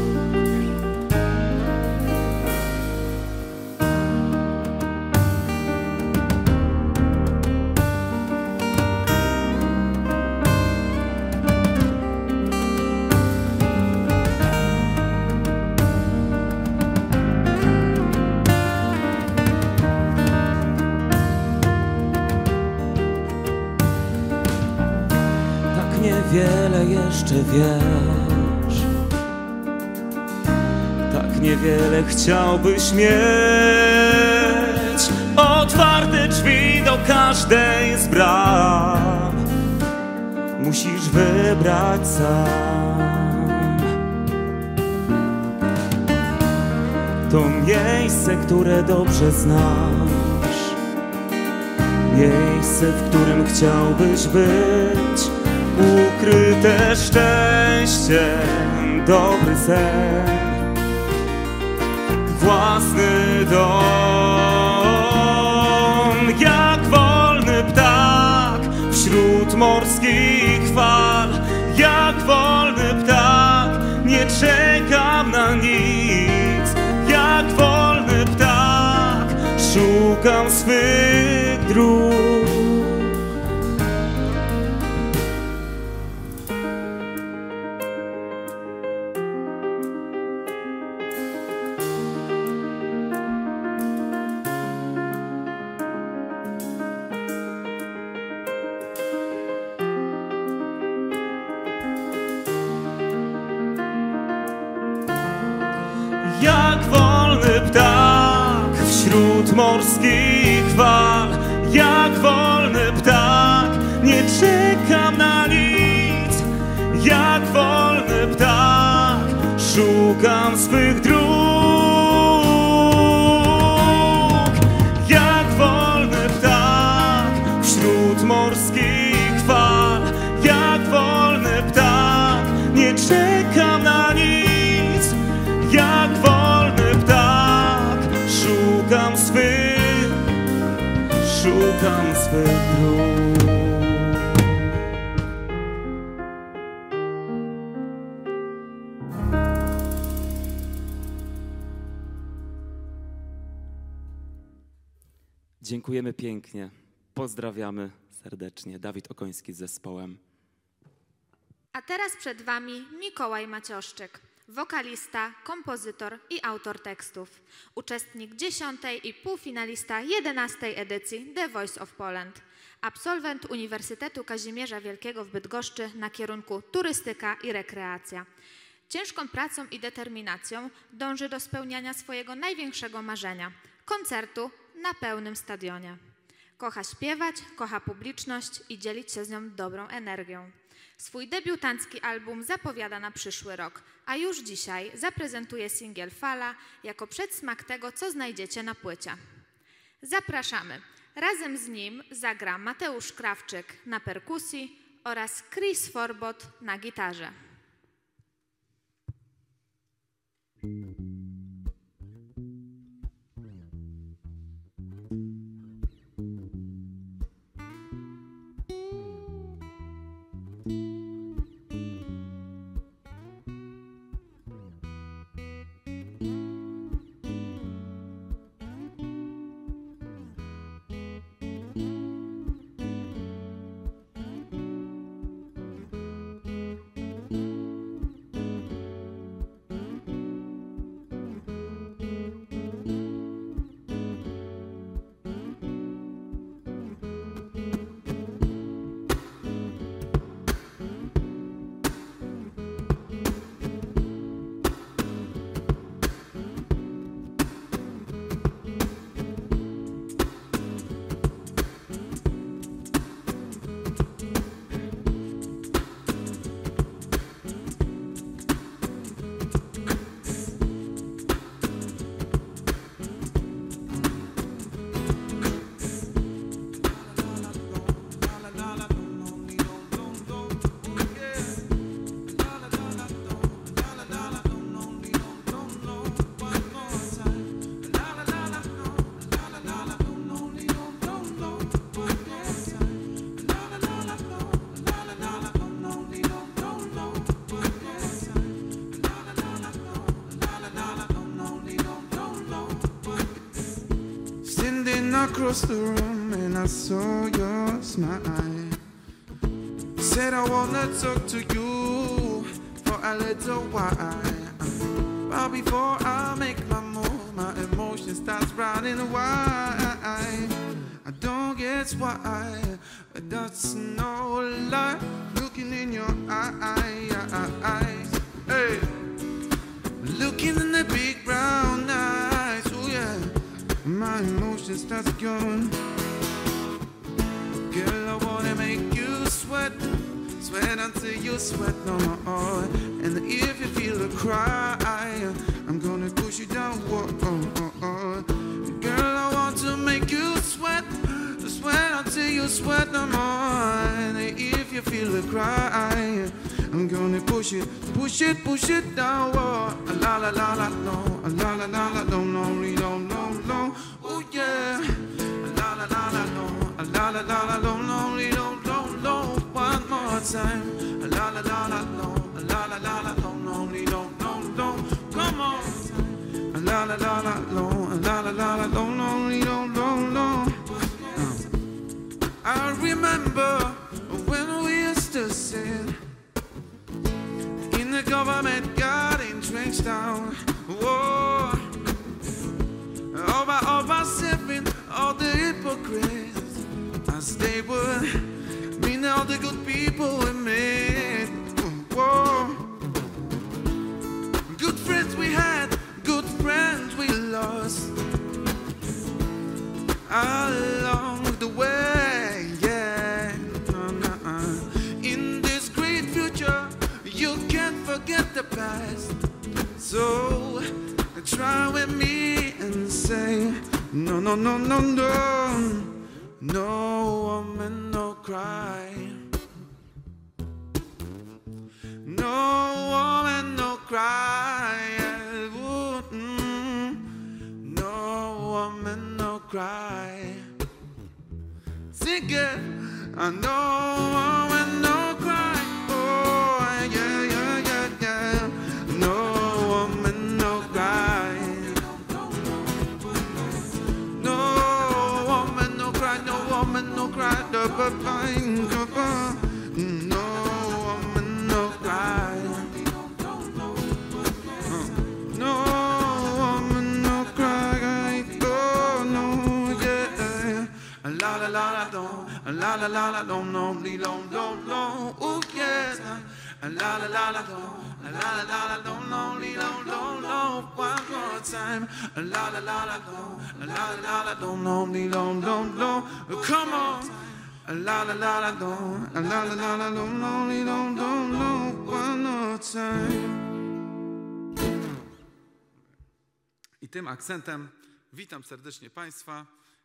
Wiele jeszcze wiesz, tak niewiele chciałbyś mieć. Otwarte drzwi do każdej z bram, musisz wybrać sam. To miejsce, które dobrze znasz, miejsce, w którym chciałbyś być. Ukryte szczęście, dobry sen, własny dom. Jak wolny ptak wśród morskich fal, jak wolny ptak, nie czekam na nic. Jak wolny ptak, szukam swych dróg. Jak wolny ptak wśród morskich fal, jak wolny ptak, nie czekam na nic. Jak wolny ptak, szukam swych dróg. Jak wolny ptak wśród morskich fal, jak wolny ptak, nie czekam na nic. Jak wolny ptak, szukam swych dróg. Dziękujemy pięknie. Pozdrawiamy serdecznie. Dawid Okoński z zespołem. A teraz przed Wami Mikołaj Macioszczyk, wokalista, kompozytor i autor tekstów, uczestnik 10. i półfinalista 11. edycji The Voice of Poland, absolwent Uniwersytetu Kazimierza Wielkiego w Bydgoszczy na kierunku turystyka i rekreacja. Ciężką pracą i determinacją dąży do spełniania swojego największego marzenia – koncertu na pełnym stadionie. Kocha śpiewać, kocha publiczność i dzielić się z nią dobrą energią. Swój debiutancki album zapowiada na przyszły rok, a już dzisiaj zaprezentuje singiel Fala jako przedsmak tego, co znajdziecie na płycie. Zapraszamy. Razem z nim zagra Mateusz Krawczyk na perkusji oraz Chris Forbot na gitarze. Across the room and I saw your smile. Said I wanna talk to you for a little while. But before I make my move, my emotion starts running wild. I don't guess why, but that's no lie. Looking in your eyes, hey, looking in the big brown eyes. Oh yeah. My emotions start going. Girl, I wanna make you sweat, sweat until you sweat no more. And if you feel a cry, I'm gonna push you down. Girl, I want to make you sweat, sweat until you sweat no more. And if you feel a cry, I'm gonna push it down. La la la la no, la la la la no, no. Oh yeah, la la la la no, la la la la no. One more time, la la la la no, la la la la no. Come on, la la la la no, la la la la no. I remember when we used to sit in the government garden, drenched down. Whoa. All by sipping all the hypocrites as they would mean all the good people we made. Whoa. Good friends we had, good friends we lost along the way, yeah. In this great future, you can't forget the past. So try with me and say, no, no, no, no, no. No woman, no cry. No woman, no cry. No woman, no cry. Sing it. No woman, no cry. Oh, yeah, yeah, yeah, yeah. No woman, no cry. No woman, no cry. No woman, no cry. No woman, no cry. No woman, no cry. Oh no, yeah. La la la la la la la, long, long, long, long, long, oh yes. La la la la, la la la la, long, long, long, long, long, one more time. La la la la, la la la la, long, long, long, long, long, come on. La la la la, la la la la, long, long, long, long, long, one more time. I tym akcentem witam serdecznie Państwa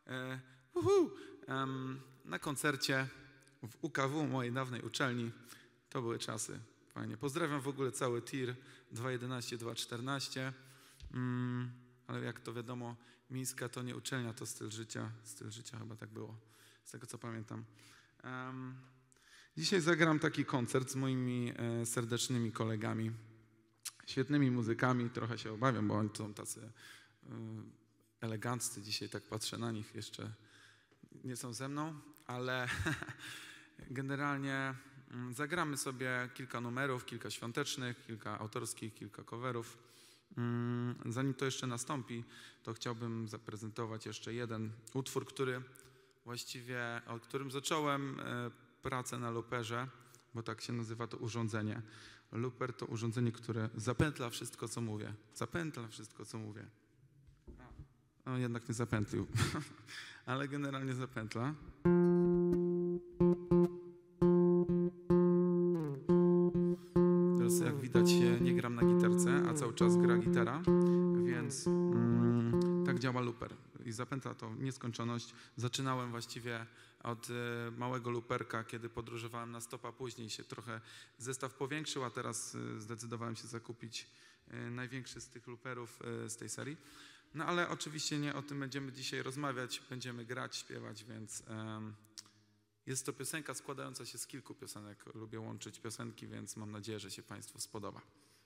na koncercie w UKW, mojej dawnej uczelni. To były czasy fajnie. Pozdrawiam w ogóle cały TIR 2.11, 2.14, ale jak to wiadomo, Mińska to nie uczelnia, to styl życia chyba tak było, z tego co pamiętam. Dzisiaj zagram taki koncert z moimi serdecznymi kolegami, świetnymi muzykami. Trochę się obawiam, bo oni są tacy eleganccy. Dzisiaj tak patrzę na nich, jeszcze nie są ze mną, ale generalnie zagramy sobie kilka numerów, kilka świątecznych, kilka autorskich, kilka coverów. Zanim to jeszcze nastąpi, to chciałbym zaprezentować jeszcze jeden utwór, od którym zacząłem pracę na looperze, bo tak się nazywa to urządzenie. Looper to urządzenie, które zapętla wszystko, co mówię. Zapętla wszystko, co mówię. No, jednak nie zapętlił, ale generalnie zapętla. Teraz jak widać nie gram na gitarce, a cały czas gra gitara, więc tak działa looper. I zapętla to nieskończoność. Zaczynałem właściwie od małego looperka, kiedy podróżowałem na stop, a później się trochę zestaw powiększył, a teraz zdecydowałem się zakupić największy z tych looperów z tej serii. No ale oczywiście nie o tym będziemy dzisiaj rozmawiać, będziemy grać, śpiewać, więc jest to piosenka składająca się z kilku piosenek. Lubię łączyć piosenki, więc mam nadzieję, że się Państwu spodoba.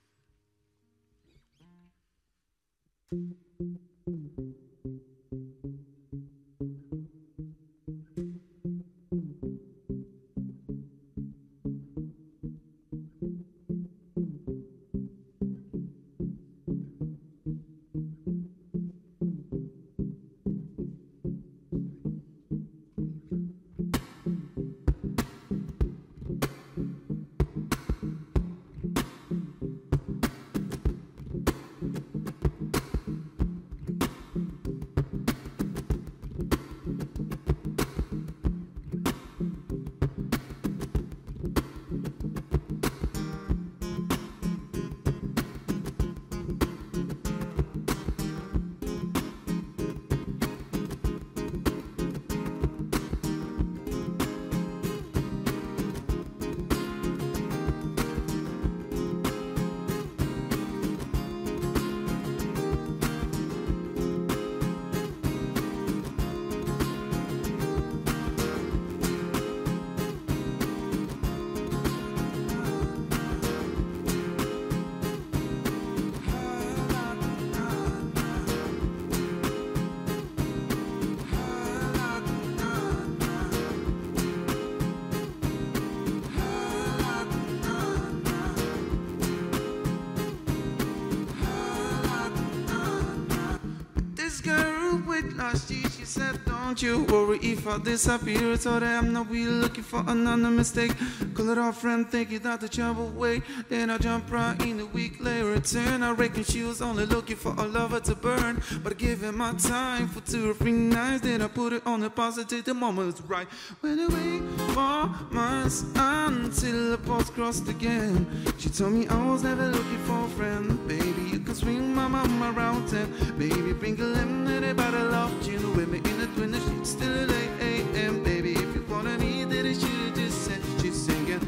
Last year she said, don't you worry if I disappear. So that I'm not really looking for another mistake. Call it off friend, think it out the trouble way. Then I jump right in a week later, return. I reckon she was only looking for a lover to burn. But I gave her my time for 2 or 3 nights. Then I put it on the positive, the moment was right. Went away for months until the post crossed again. She told me I was never looking for a friend. Baby, you can swing my mom around 10. Baby, bring a lemonade, bottle of gin with me in the twin sheets till 8 a.m. Baby, if you wanna need it, you should just say she's singing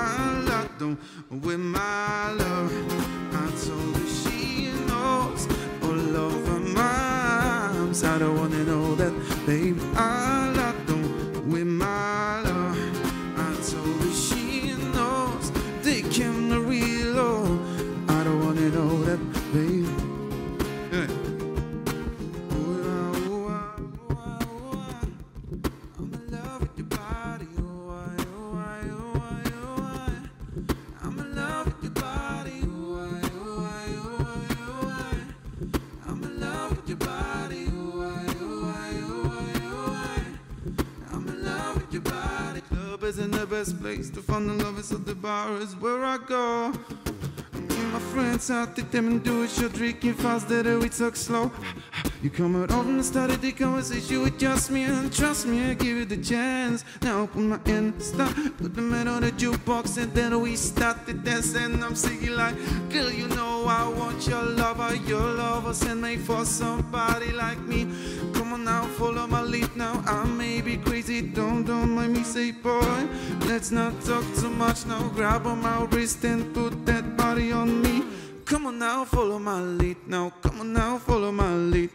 I love them with my love. I told her she knows all over my arms. I don't wanna know that, baby, I love them with my love. I told her she knows they can reload. I don't wanna know that, baby. Yeah. best place to find the lovers of the bar is where I go. My friends out there, them and do it, you're drinking fast, that we talk slow. You come out over and started the conversation with just me, and trust me, I give you the chance. Now open my Insta, put the man on the jukebox, and then we start to dance, and I'm singing like, girl, you know I want your lover, send me for somebody like me. Come on now, follow my lead now, I may be crazy, don't mind me, say boy, let's not talk too much now, grab on my wrist and put that body on me. Come on now, follow my lead now. Come on now, follow my lead.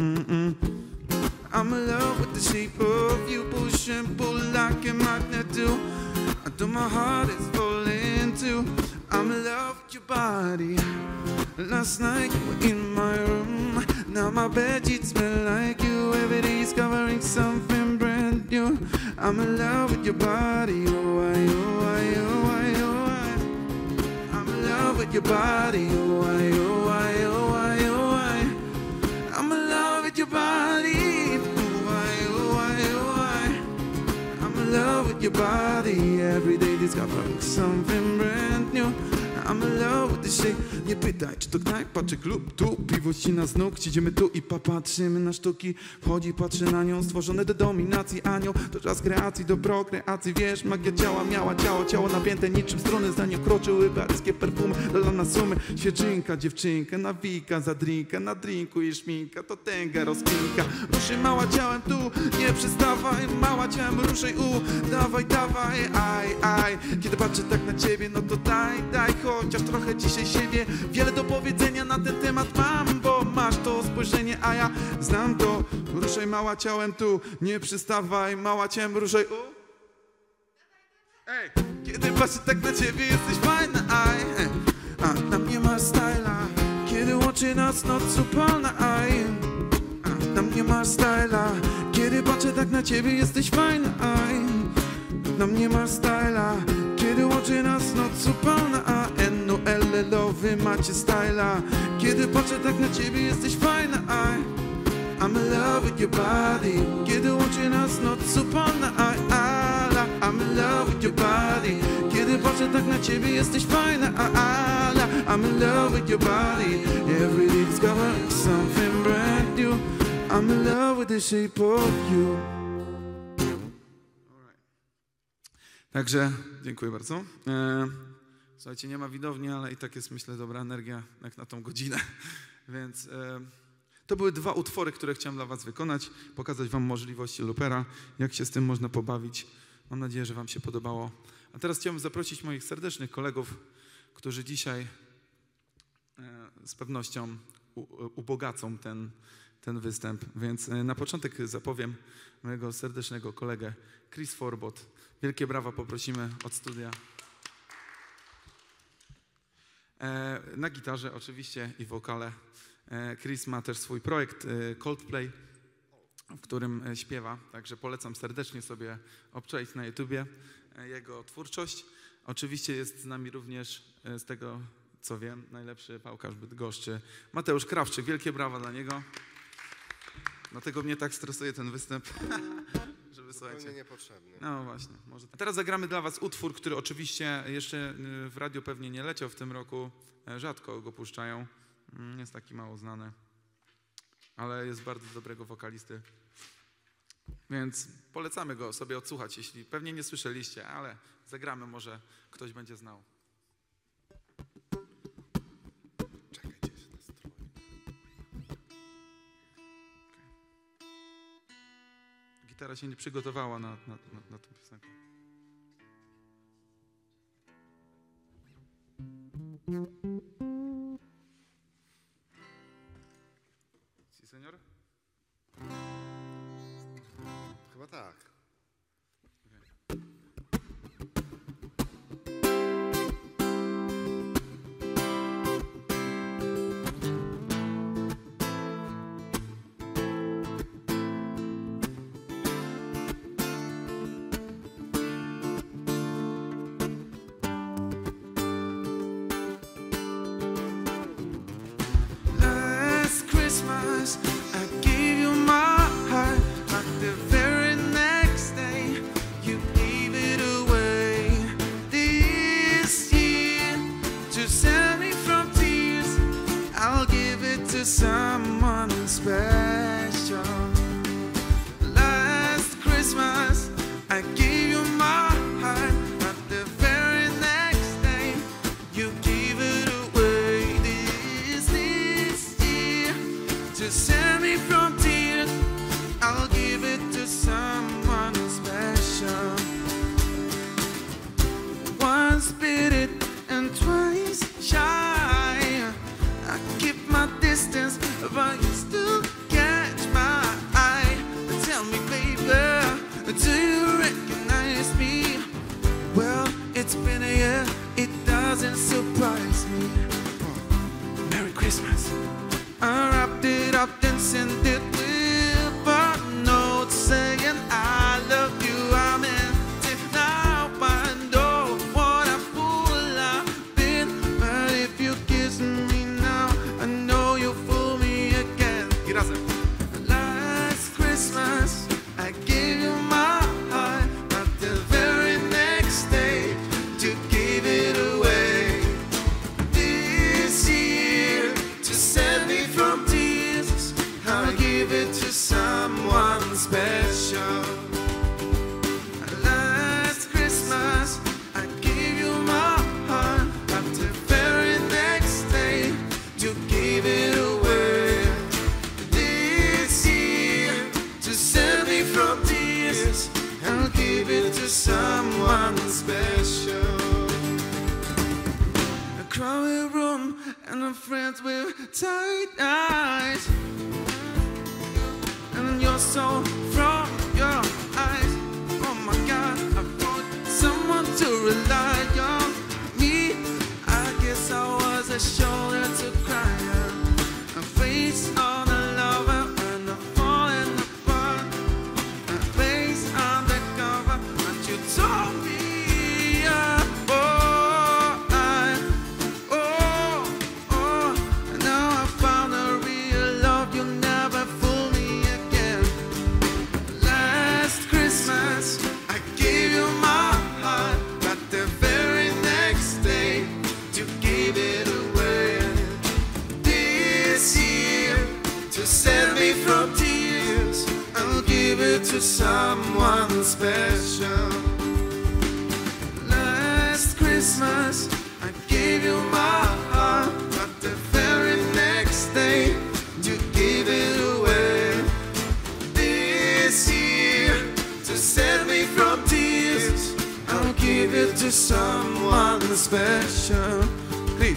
I'm in love with the shape of you, push and pull like a magnet do. Although my heart is falling too. I'm in love with your body. Last night you were in my room. Now my bed sheets smell like you. Every day is covering something brand new. I'm in love with your body. Oh, I, oh, I, oh, I, oh, I. I'm in love with your body, oh I, oh I, oh I, oh I. I'm in love with your body, oh I, oh I, oh I. I'm in love with your body, every day discovering something brand new. I'm in love with the shape. Nie pytaj, czy to knajpa, czy klub. Tu piwo ścina z nóg, siedzimy tu i popatrzymy na sztuki. Wchodzi, patrzy na nią, stworzone do dominacji anioł. To czas kreacji do prokreacji, wiesz, magia ciała miała ciało napięte niczym struny. Za nią kroczyły paryskie perfumy, dola na sumy. Świeczynka, dziewczynka, nawika za drinka, na drinku i szminka, to tęga rozkminka. Ruszaj mała ciałem tu, nie przestawaj, mała ciałem ruszaj dawaj, dawaj, aj. Kiedy patrzę tak na ciebie, no to daj, chociaż trochę dzisiaj siebie. Wiele do powiedzenia na ten temat mam, bo masz to spojrzenie, a ja znam to. Ruszaj mała ciałem tu, nie przystawaj, mała ciałem ruszaj Ej, kiedy patrzę tak na ciebie, jesteś fajna, aj. A na mnie masz styla, kiedy łączy nas noc upalna, aj. A na mnie masz styla, kiedy patrzę tak na ciebie, jesteś fajna, aj. Na mnie masz styla, kiedy łączy nas noc upalna, a N-O-L-L-O, wy macie styla. Kiedy patrzę tak na ciebie, jesteś fajna, aj. I'm in love with your body. Kiedy łączy nas noc upalna, aj, ala. I'm in love with your body. Kiedy patrzę tak na ciebie, jesteś fajna, ala. I'm in love with your body. Every day discovering something brand new. I'm in love with the shape of you. Także dziękuję bardzo. Słuchajcie, nie ma widowni, ale i tak jest, myślę, dobra energia jak na tą godzinę. Więc to były dwa utwory, które chciałem dla was wykonać, pokazać wam możliwości loopera, jak się z tym można pobawić. Mam nadzieję, że wam się podobało. A teraz chciałbym zaprosić moich serdecznych kolegów, którzy dzisiaj z pewnością ubogacą ten występ. Więc na początek zapowiem mojego serdecznego kolegę Chris Forbot. Wielkie brawa poprosimy od studia. Na gitarze oczywiście i wokale. Chris ma też swój projekt Coldplay, w którym śpiewa, także polecam serdecznie sobie obczaić na YouTubie jego twórczość. Oczywiście jest z nami również, z tego co wiem, najlepszy pałkarz Bydgoszczy, Mateusz Krawczyk. Wielkie brawa dla niego. Dlatego mnie tak stresuje ten występ. Żeby, słuchajcie, niepotrzebny. No właśnie. Może. A teraz zagramy dla was utwór, który oczywiście jeszcze w radiu pewnie nie leciał w tym roku. Rzadko go puszczają. Jest taki mało znany. Ale jest bardzo dobrego wokalisty. Więc polecamy go sobie odsłuchać, jeśli pewnie nie słyszeliście, ale zagramy, może ktoś będzie znał. Czekajcie się nastroję. Gitara się nie przygotowała na tę piosenkę. Si, senior? Chyba tak. crowded room and I'm friends with tight eyes. And you're so from your eyes. Oh my God, I want someone to rely on. Me, I guess I was a shoulder to cry on, a face on a lover and a falling apart, a face on the cover. But you told me. To someone special. Last Christmas I gave you my heart, but the very next day you gave it away. This year, to save me from tears, I'll give it to someone special. Please.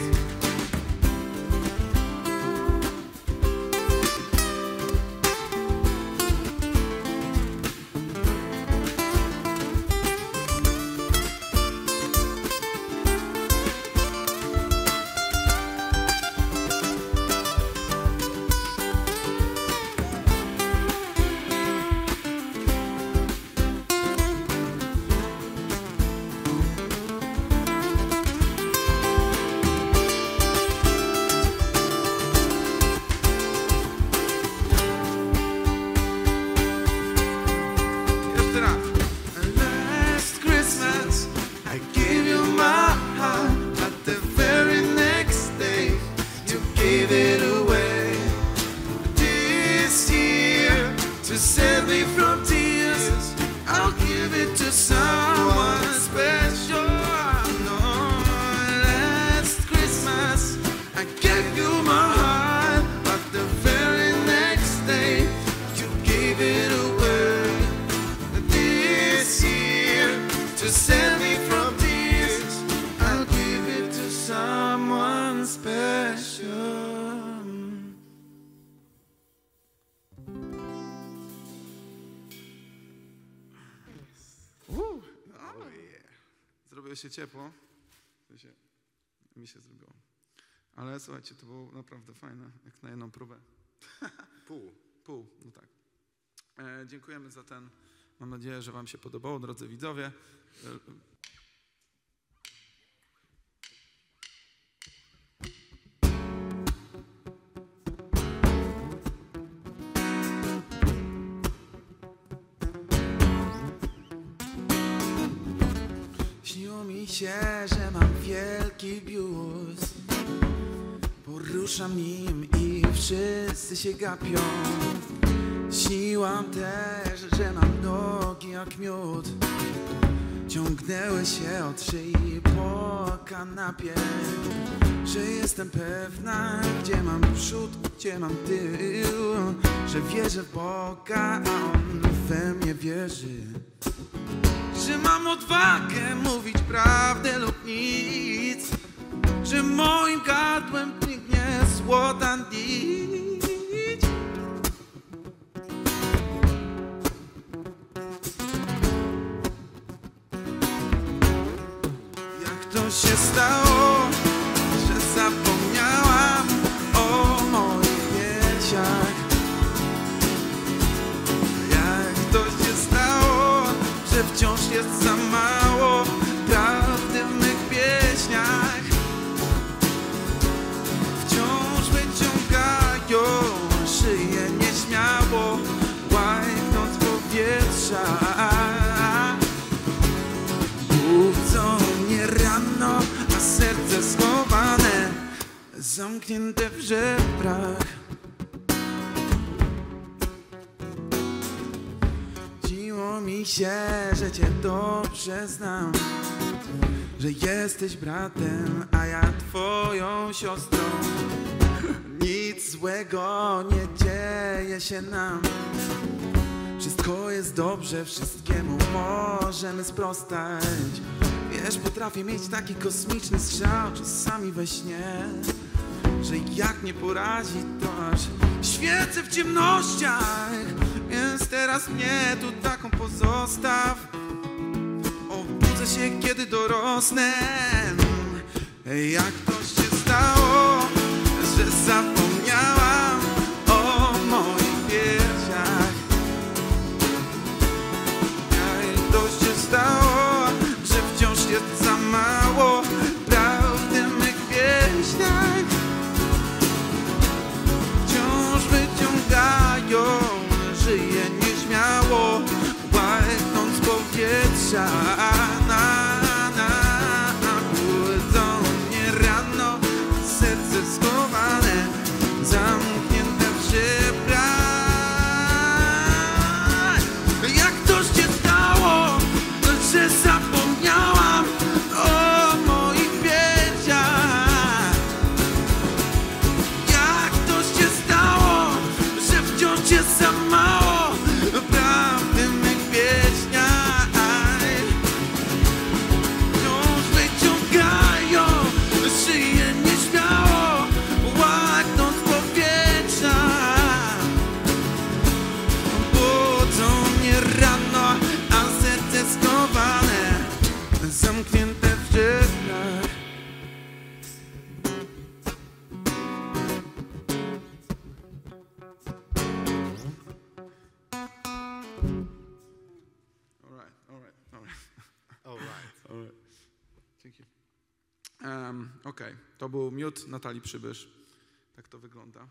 Zrobiło się ciepło, mi się zrobiło, ale słuchajcie, to było naprawdę fajne, jak na jedną próbę. Pół, no tak. Dziękujemy za ten, mam nadzieję, że wam się podobało, drodzy widzowie. Śniło mi się, że mam wielki biust, poruszam nim i wszyscy się gapią. Śniłam też, że mam nogi jak miód, ciągnęły się od szyi po kanapie, że jestem pewna, gdzie mam przód, gdzie mam tył, że wierzę w Boga, a On we mnie wierzy. Że mam odwagę mówić prawdę lub nic, że moim gardłem płynie złota nić. Jak to się stało, że zapomniałam o moich piersiach? Jak to się stało, że wciąż jest za mało prawdy w mych pieśniach? Wciąż wyciągają szyję nieśmiało, łajknąc powietrza. Budzą mnie rano, a serce schowane, zamknięte w żebrach. Śniło mi się, że cię dobrze znam, że jesteś bratem, a ja twoją siostrą. Nic złego nie dzieje się nam, wszystko jest dobrze, wszystkiemu możemy sprostać. Wiesz, potrafię mieć taki kosmiczny strzał czasami we śnie, że jak mnie porazi, to aż świecę w ciemnościach. Więc teraz mnie tu taką pozostaw. Obudzę się, kiedy dorosnę. Jak to się stało, że zapomniałam o moich piersiach? Jak to się stało, że wciąż jest za mało prawdy w mych pieśniach? Wciąż wyciągają, żyję nieśmiało, łaknąc powietrza. Budzą mnie rano, serce schowane, zamknięte w żebrach. Jak to się stało, że zapomniałam o moich piersiach? Jak to się stało, że wciąż jest za mało prawdy w mych pieśniach? Wciąż wyciągają, żyję nieśmiało, łaknąc powietrza. Budzą mnie rano, a serce schowane, zamknięte w żebrach. All right. Dzięki. Okej, to był miód Natalii Przybysz. Tak to wygląda.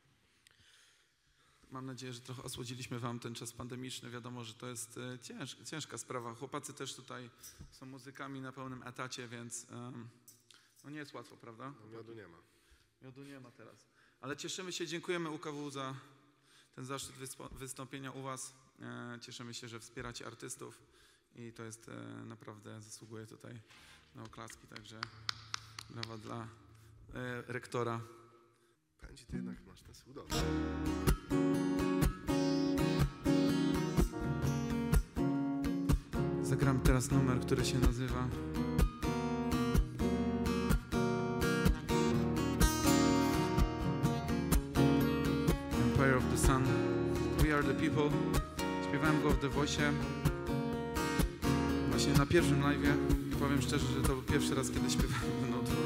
Mam nadzieję, że trochę osłodziliśmy wam ten czas pandemiczny. Wiadomo, że to jest ciężka sprawa. Chłopacy też tutaj są muzykami na pełnym etacie, więc no nie jest łatwo, prawda? No, miodu nie ma. Miodu nie ma teraz. Ale cieszymy się, dziękujemy UKW za ten zaszczyt wystąpienia u was. Cieszymy się, że wspieracie artystów i to jest naprawdę, zasługuje tutaj na oklaski, także brawa dla rektora. Pędzi, ty jednak masz ten swój dom. Zagram teraz numer, który się nazywa Empire of the Sun. We are the people. Śpiewałem go w The Voice właśnie na pierwszym live'ie i powiem szczerze, że to był pierwszy raz, kiedy śpiewałem ten utwór.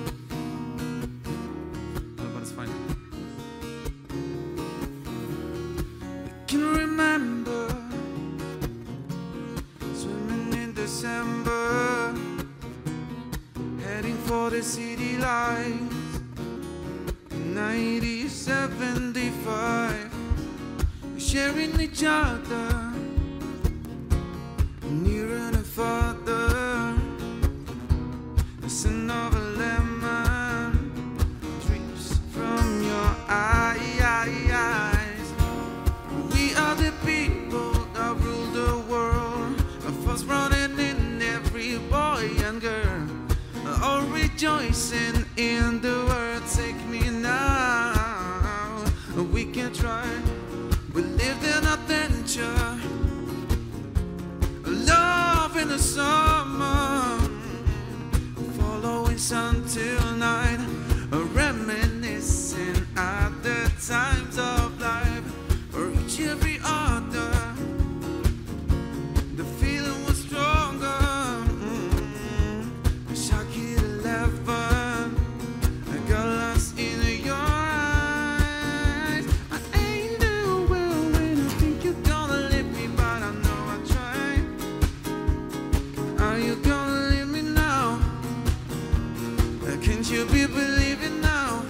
Ale bardzo fajnie. I can remember swimming in December, heading for the city lights, 1975, sharing each other, near and farther, the scent of a lemon drips from your eyes. We are the people that rule the world, of us running in every boy and girl, all rejoicing in the world. Take me now, we can try. We lived in adventure, love in the summer, following sun till night, reminiscing at the times of life, for each every other. The feeling was stronger. Shaki 11, I got lost in your eyes. I ain't do well when I think you're gonna leave me, but I know I tried. Are you gonna leave me now? Can't you be believing now?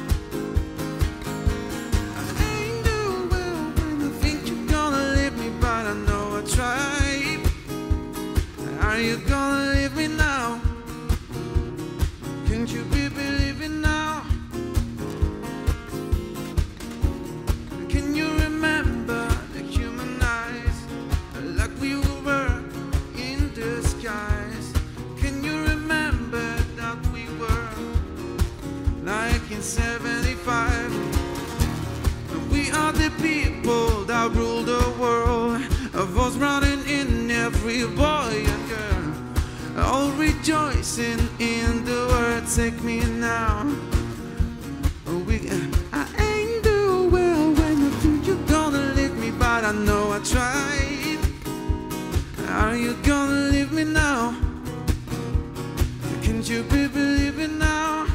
I ain't do well when I think you're gonna leave me, but I know I tried. Are you gonna leave me now? Can't you be believing now? Can you remember the human eyes, like we were in the skies? Can you remember that we were like in 75? We are the people that rule the world, of us running in every boy and girl, all rejoicing in the world, take me now. I ain't do well when you think you're gonna leave me, but I know I tried. Are you gonna leave me now? Can't you be believing now?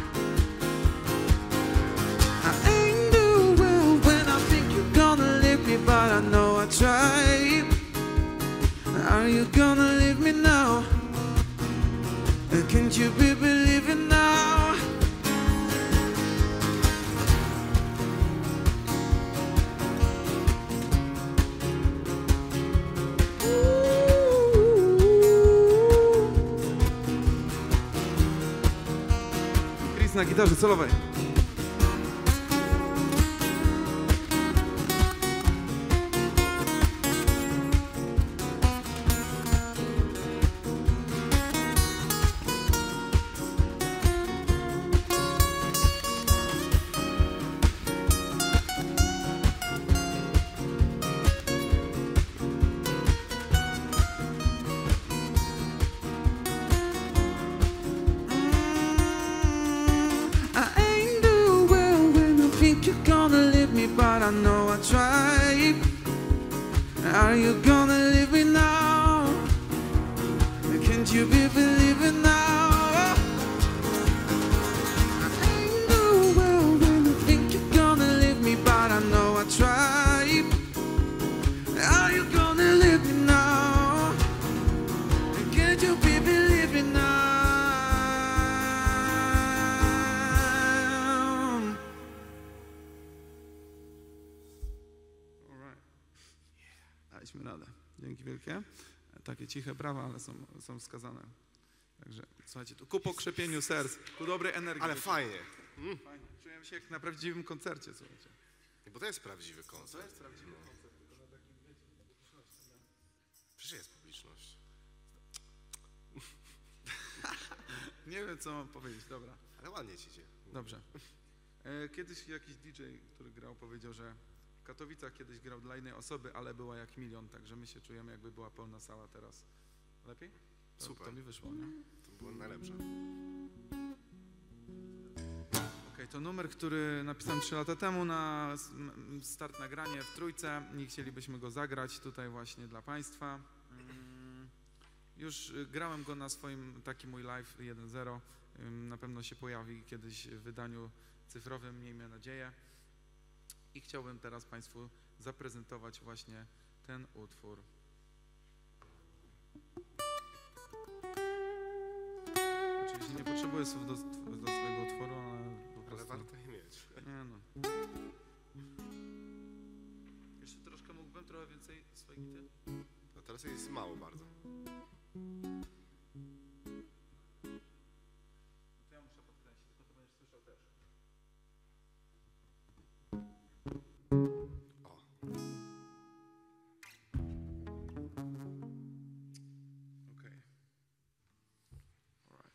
I ain't do well when I think you're gonna leave me, but I know I tried. Are you gonna leave me now? Can't you be believing now? Chris na gitarze solowej. But I know I tried. Are you gonna leave me now? Can't you be believing now? I ain't do well when you think you're gonna leave me, but I know I tried. Are you gonna leave me now? Can't you be believing now? Daliśmy radę. Dzięki wielkie. Takie ciche brawa, ale są wskazane. Także słuchajcie, tu ku pokrzepieniu serc, ku dobrej energii. Ale fajnie. Fajnie. Czułem się jak na prawdziwym koncercie, słuchajcie. Bo to jest prawdziwy koncert. To jest prawdziwy koncert, tylko na takim, wiecie, publiczności. Przecież jest publiczność. Nie wiem, co mam powiedzieć, dobra. Ale ładnie ci idzie. Dobrze. Kiedyś jakiś DJ, który grał, powiedział, że w Katowicach kiedyś grał dla innej osoby, ale była jak milion, także my się czujemy, jakby była pełna sala teraz. Lepiej? Super. To mi wyszło, nie? To było najlepsze. Okej, to numer, który napisałem 3 lata temu na start nagranie w Trójce i chcielibyśmy go zagrać tutaj właśnie dla Państwa. Już grałem go na swoim, taki mój live 1.0. Na pewno się pojawi kiedyś w wydaniu cyfrowym, miejmy nadzieję. I chciałbym teraz Państwu zaprezentować właśnie ten utwór. Oczywiście nie potrzebuję słów do swojego utworu, ale po prostu... Ale warto je mieć. Nie no. Jeszcze troszkę mógłbym, trochę więcej swojej gity? No teraz jest mało bardzo. To ja muszę podkręcić, to będziesz słyszał też. O. Okej. Alright.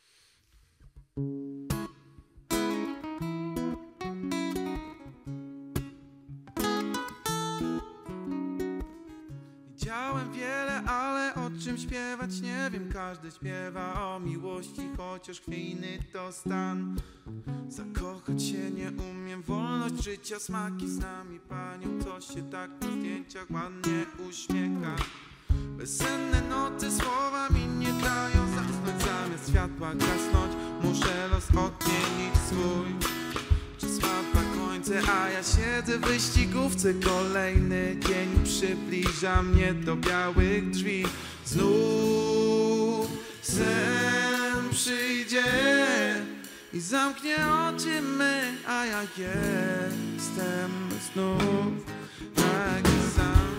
Widziałem wiele, ale o czym śpiewać nie wiem. Każdy śpiewa o miłości, chociaż chwiejny to stan. Zakochać się nie umiem, wolność życia, smaki z nami panią, co się tak na zdjęciach ładnie uśmiecha. Bezsenne nocy słowa mi nie dają zasnąć, zamiast światła gasnąć muszę los odmienić swój. Czas mapa końce, a ja siedzę w wyścigówce. Kolejny dzień przybliża mnie do białych drzwi. Znów sen przyjdzie i zamknie oczy my, a ja jestem znów taki sam.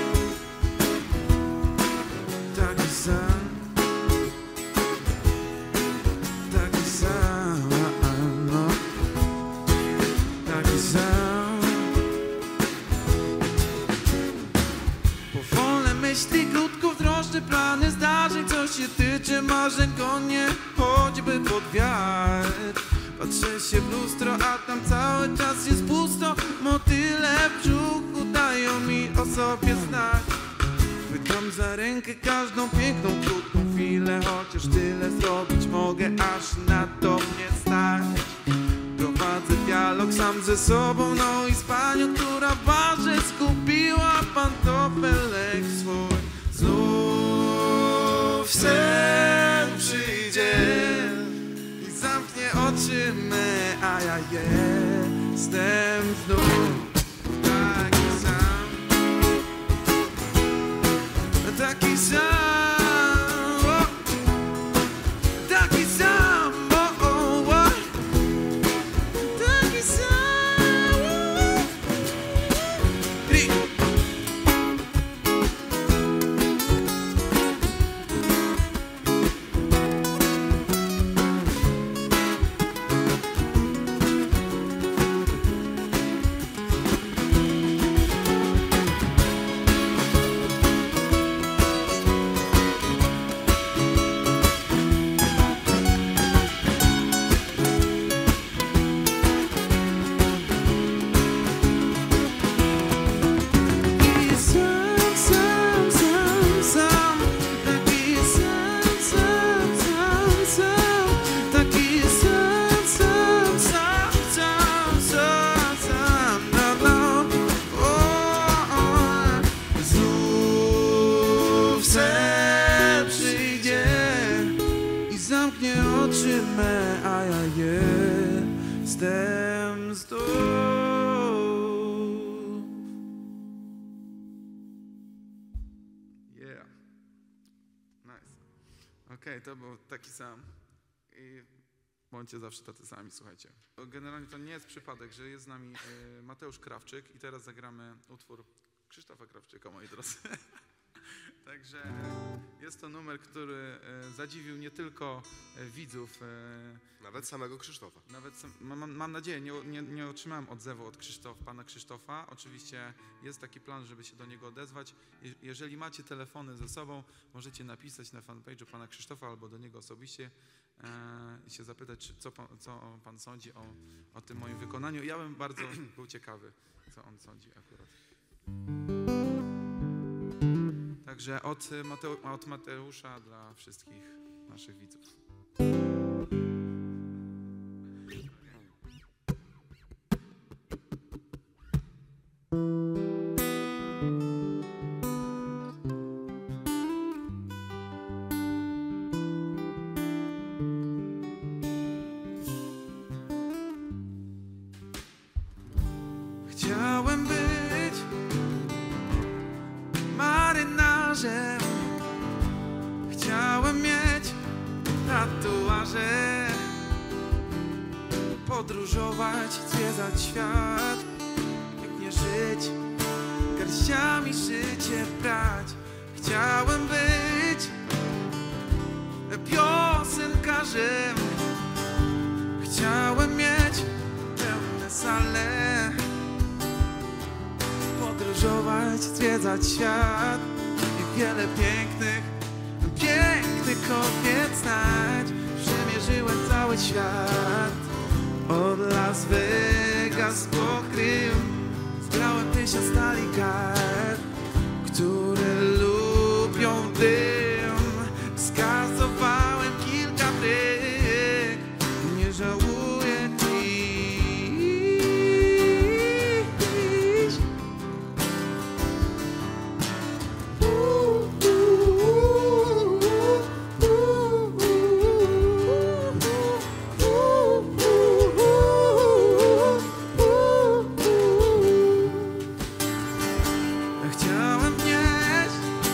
Taki sam. Taki sam. No. Taki sam. Powolne myśli, krótko wdrożne plany zdarzeń, co się tyczy marzeń, konie choćby pod wiatr. Patrzę się w lustro, a tam cały czas jest pusto. Motyle w brzuchu dają mi o sobie znać. Chwytam za rękę każdą piękną, krótką chwilę. chwilę, chociaż tyle zrobić mogę, aż na to mnie stać. Prowadzę dialog sam ze sobą, no i z panią, która w barze skupiła pantofelek swój. Znów sen przyjdzie i zamknie oczy me, a ja jestem znów taki sam, taki sam, o, taki sam, o, o, o, taki sam, a ja jestem znów. Yeah. Nice. Okej, to był taki sam. I bądźcie zawsze tacy sami, słuchajcie. Generalnie to nie jest przypadek, że jest z nami Mateusz Krawczyk i teraz zagramy utwór Krzysztofa Krawczyka, moi drodzy. Także jest to numer, który zadziwił nie tylko widzów. Nawet samego Krzysztofa. Mam nadzieję, nie otrzymałem odzewu od pana Krzysztofa. Oczywiście jest taki plan, żeby się do niego odezwać. Jeżeli macie telefony ze sobą, możecie napisać na fanpage'u pana Krzysztofa albo do niego osobiście i się zapytać, co pan sądzi o tym moim wykonaniu. Ja bym bardzo był ciekawy, co on sądzi akurat. Także od Mateusza dla wszystkich naszych widzów. Chciałem być marynarzem, chciałem mieć tatuaże, podróżować, zwiedzać świat, pięknie żyć, garściami życie brać. Chciałem być piosenkarzem, chciałem mieć pełne sale, podróżować, zwiedzać świat i wiele pięknych kobiet znać. Przemierzyłem cały świat, od Las Vegas po Krym. Zbrałem 1000 stali kart, które lubią dym. Skasowałem kilka dryg, nie żałuję dziś. Chciałem wnieść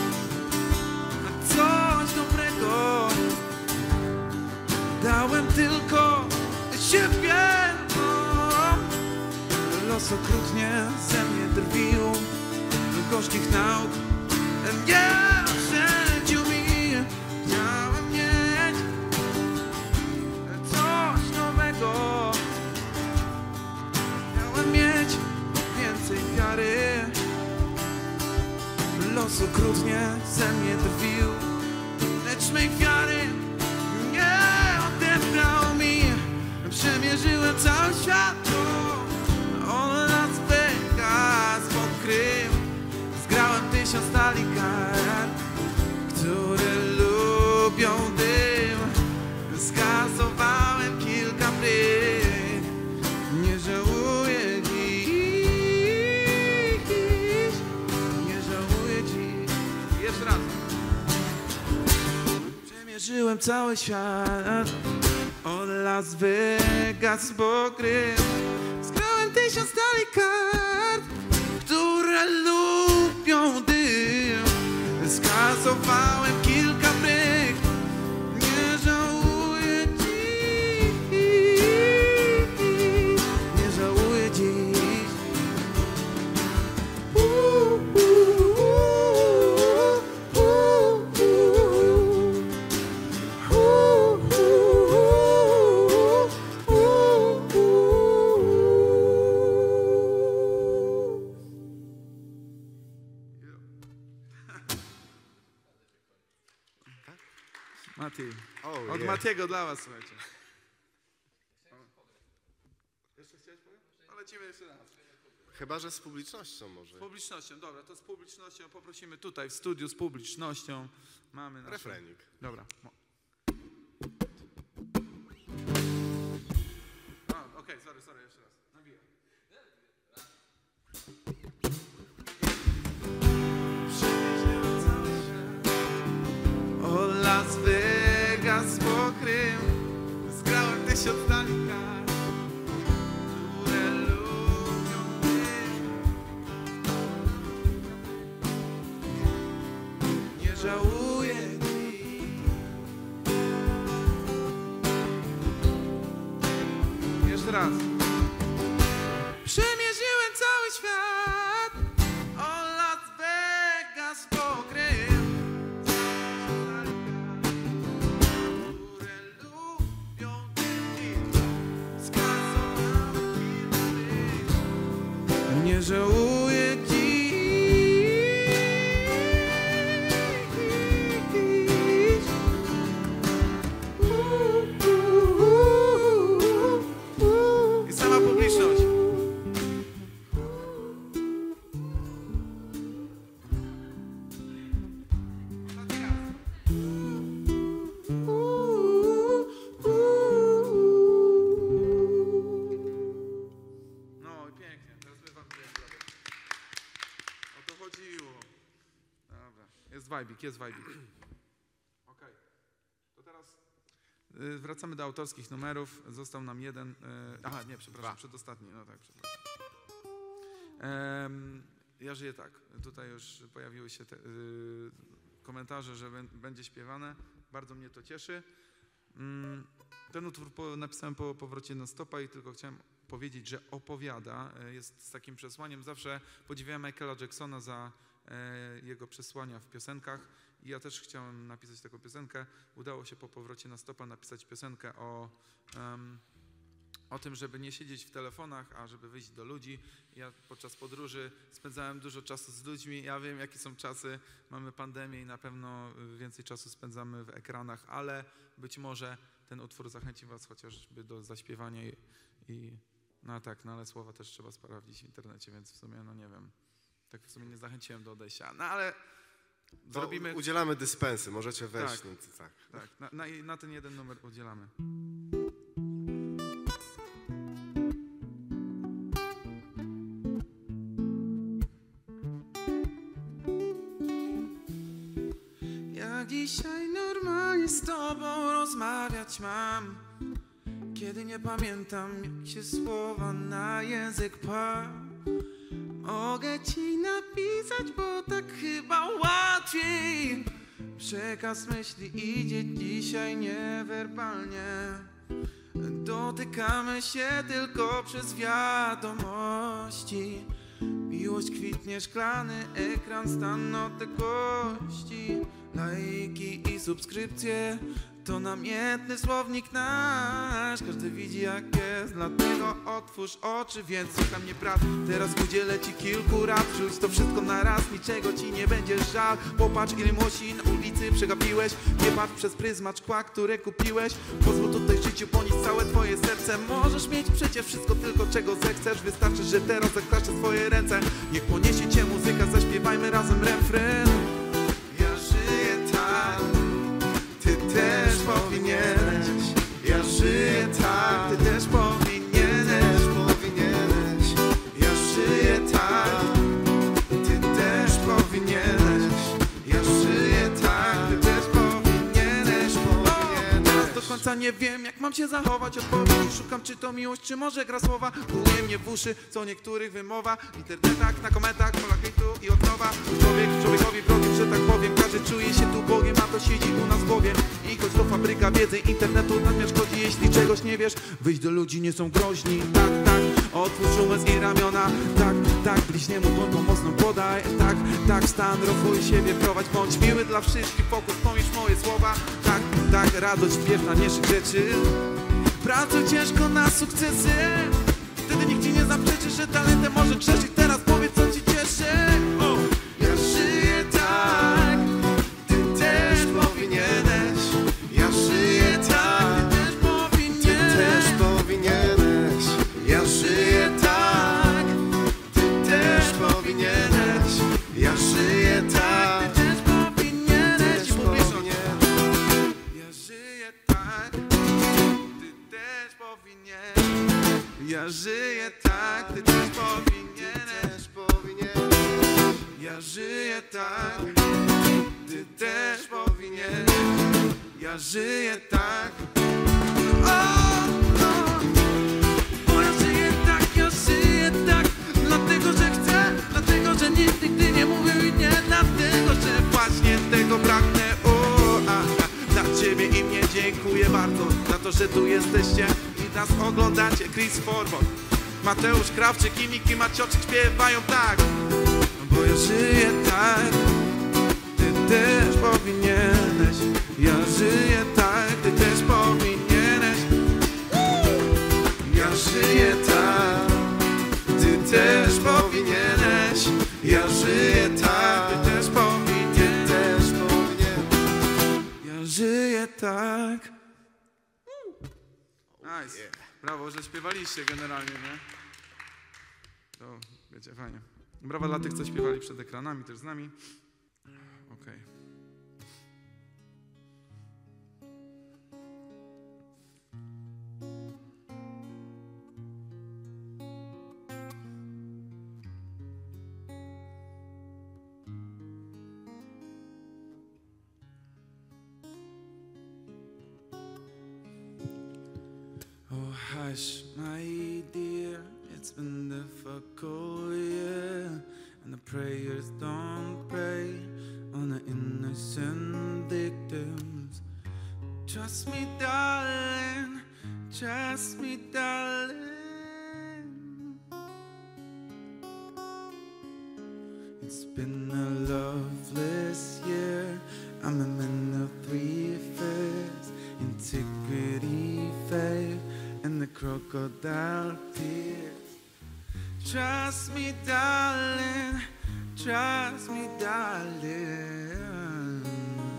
coś dobrego, dałem tylko siebie. Los okrutnie ze mnie drwił, gorzkich nauk nie oszczędził mi. Chciałem mieć coś nowego, chciałem mieć więcej wiary. Los okrutnie ze mnie drwił, lecz mej wiary nie odebrał mi. Przemierzyłem cały świat, od Las Vegas po Krym. Zgrałem 1000 stali kart, które lubią cały świat. Od Las Vegas po Krym zgrałem 1000 talii kart, które lubią dym. Skasowałem kilka bryk, nie żałuję dziś, nie żałuję dziś. Mati, od Matiego dla was, słuchajcie. Jeszcze chciałeś powiedzieć? Ale lecimy jeszcze raz. Chyba, że z publicznością może. Z publicznością, dobra, to z publicznością poprosimy tutaj w studiu, z publicznością. Mamy nasz refrenik. Dobra. Okej, sorry, jeszcze raz. Nawijam. O Las Vegas po Krym zgrałem 1000 talii kart, które lubią dym. Nie żałuję dziś. Jeszcze raz. Przemierzyłem cały świat. O Las Vegas po Krym, które lubią dym. Skasowałem kilka bryk. Nie żałuję dziś. I sama publiczność. No i pięknie, teraz my wam brawo. O to chodziło. Dobra, jest wajbik. Okej, to teraz wracamy do autorskich numerów. Został nam jeden, przepraszam, przedostatni, no tak, przepraszam. Ja żyję tak, tutaj już pojawiły się te, komentarze, że będzie śpiewane. Bardzo mnie to cieszy. Ten utwór napisałem po powrocie na stopa i tylko chciałem powiedzieć, że opowiada, jest z takim przesłaniem. Zawsze podziwiałem Michaela Jacksona za jego przesłania w piosenkach i ja też chciałem napisać taką piosenkę. Udało się po powrocie na stopa napisać piosenkę o tym, żeby nie siedzieć w telefonach, a żeby wyjść do ludzi. Ja podczas podróży spędzałem dużo czasu z ludźmi. Ja wiem, jakie są czasy. Mamy pandemię i na pewno więcej czasu spędzamy w ekranach, ale być może ten utwór zachęci was chociażby do zaśpiewania ale słowa też trzeba sprawdzić w internecie, więc w sumie, no nie wiem, tak w sumie nie zachęciłem do odejścia. No ale zrobimy... Udzielamy dyspensy, możecie wejść. Tak, na ten jeden numer udzielamy. Ja dzisiaj normalnie z tobą rozmawiać mam, kiedy nie pamiętam, jak się słowa na język pcha. Mogę ci napisać, bo tak chyba łatwiej. Przekaz myśli idzie dzisiaj niewerbalnie. Dotykamy się tylko przez wiadomości. Miłość kwitnie, szklany ekran, stan odległości. Lajki i subskrypcje to namiętny słownik nasz. Każdy widzi, jak jest, dlatego otwórz oczy, więc słuchaj mnie, brat. Teraz udzielę ci kilku rad. Rzuć to wszystko na raz, niczego ci nie będzie żal. Popatrz, ile miłości na ulicy przegapiłeś. Nie patrz przez pryzmat szkła, które kupiłeś. Pozwól tutaj życiu ponieść całe twoje serce. Możesz mieć przecież wszystko, tylko czego zechcesz. Wystarczy, że teraz zaklaszczę swoje ręce. Niech poniesie cię muzyka, zaśpiewajmy razem refren. Ja żyję tak, ty też powinieneś. Ja żyję tak, ty też powinieneś. Ja żyję tak, ty też powinieneś. Ja żyję tak, ty też powinieneś. serca, nie wiem jak mam się zachować. Odpowiedzi szukam, czy to miłość, czy może gra słowa. Kłuje mnie w uszy, co niektórych wymowa. W internetach, na komentach, pola hejtu i od nowa. Człowiek człowiekowi wrogiem, że tak powiem. Każdy czuje się tu Bogiem, a to siedzi u nas w głowie. I choć to fabryka wiedzy internetu nadmiar szkodzi, jeśli czegoś nie wiesz. Wyjść do ludzi, nie są groźni. Tak, tak, otwórz umysł i ramiona. Tak, tak, bliźniemu dłoń pomocną podaj. Tak, tak, stan, rozwój siebie prowadź. Bądź miły dla wszystkich, fokus, pomyśl moje słowa. Tak, tak, radość bierz na mniejszych rzeczy. Pracuj ciężko na sukcesy. Wtedy nikt ci nie zaprzeczy, że talentem może grzeszyć. Teraz powiedz, co ci cieszy. Ja żyję tak, ty też powinieneś. Ja żyję tak, ty też powinieneś. Ja żyję tak, ty też powinieneś. Ja żyję tak, ty też powinieneś. Ja żyję tak, ty też powinieneś. Ja żyję tak, ty też powinieneś. Ja żyję tak, ty też powinieneś. Ja żyję tak. Bo ja żyję tak, dlatego że chcę, dlatego że nikt nigdy nie mówił i nie, dlatego że właśnie tego pragnę. Dla ciebie i mnie dziękuję bardzo za to, że tu jesteście i nas oglądacie. Chris Forward, Mateusz Krawczyk i Miki Macioczyk śpiewają tak. Bo ja żyję tak, ty też powinieneś. Ja żyję tak, ty też powinieneś. Ja żyję tak, ty też powinieneś. Ja żyję tak, ty też powinieneś. Ja żyję tak. Nice. Brawo, że śpiewaliście generalnie, nie? To wiecie, fajnie. Brawa dla tych, co śpiewali przed ekranami, też z nami. Okej. Oh, hush, my dear, it's been difficult, yeah. And the prayers don't pray on the innocent victims. Trust me, darling, trust me, darling. It's been a loveless year. I'm a man of three affairs: integrity, faith, and the crocodile tears. Trust me, darling, trust me, darling.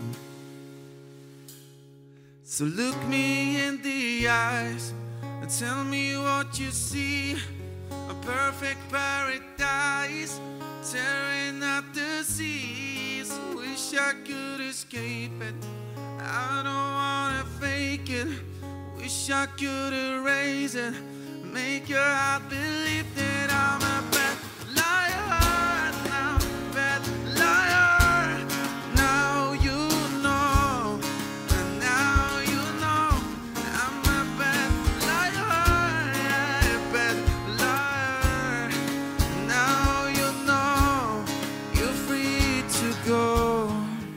So look me in the eyes and tell me what you see. A perfect paradise tearing at the seas. Wish I could escape it, I don't wanna fake it. Wish I could erase it, make your heart believe that I'm a bad liar. Now, bad liar. Now you know, and now you know I'm a bad liar, yeah, bad liar. Now you know you're free to go.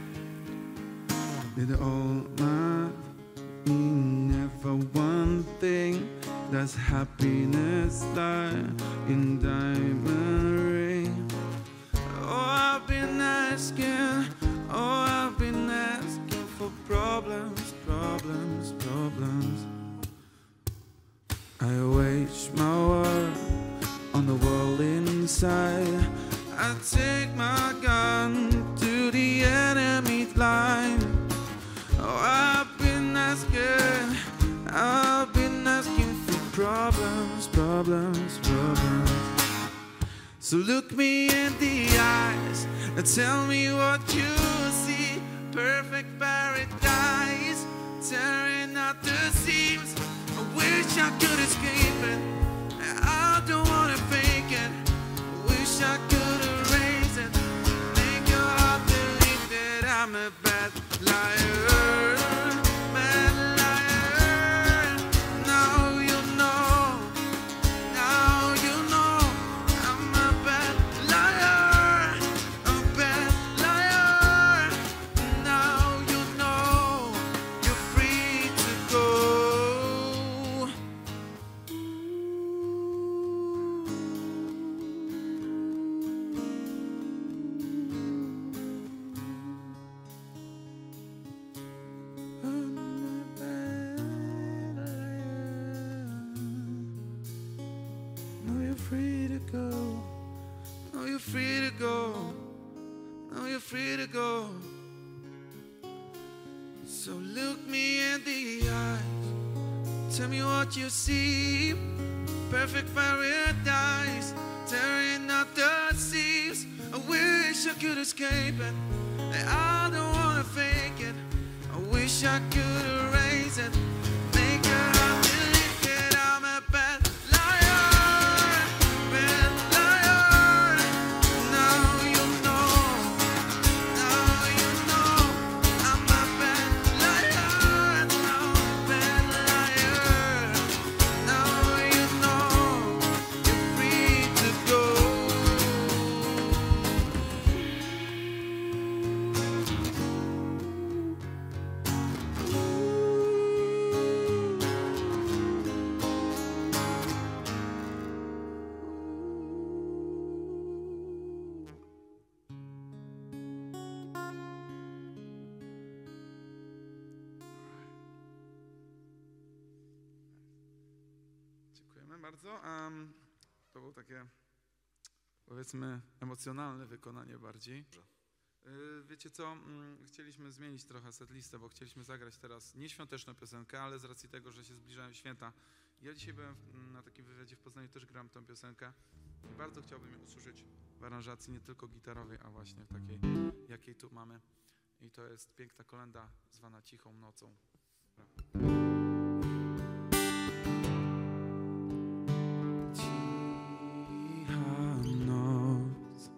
With all my never one thing. Does happiness lie in diamond ring? Oh, I've been asking, oh, I've been asking for problems, problems, problems. I wage my war on the world inside. I take my gun to the enemy line. Oh, I've been asking for problems, problems, problems. So look me in the eyes and tell me what you see. Perfect paradise tearing at the seams. I wish I could escape it, I don't wanna fake it. I wish I could erase it, make your heart believe that I'm a bad liar, bad liar. free to go. No, you're free to go. No, you're free to go. So look me in the eyes. Tell me what you see. Perfect paradise, tearing out the seams. I wish I could escape it. I don't wanna fake it. I wish I could erase it. Make her believe that I'm a bad liar, bad liar. Now you know, now you know I'm a bad liar, now a bad liar. Now you know you're free to go. Dziękujemy bardzo. To było takie, powiedzmy, emocjonalne wykonanie bardziej. Wiecie co, chcieliśmy zmienić trochę setlistę, bo chcieliśmy zagrać teraz nieświąteczną piosenkę, ale z racji tego, że się zbliżają święta. Ja dzisiaj byłem na takim wywiadzie w Poznaniu, też gram tę piosenkę i bardzo chciałbym ją usłyszeć w aranżacji nie tylko gitarowej, a właśnie w takiej, jakiej tu mamy. I to jest piękna kolenda zwana Cichą nocą. Cicha noc,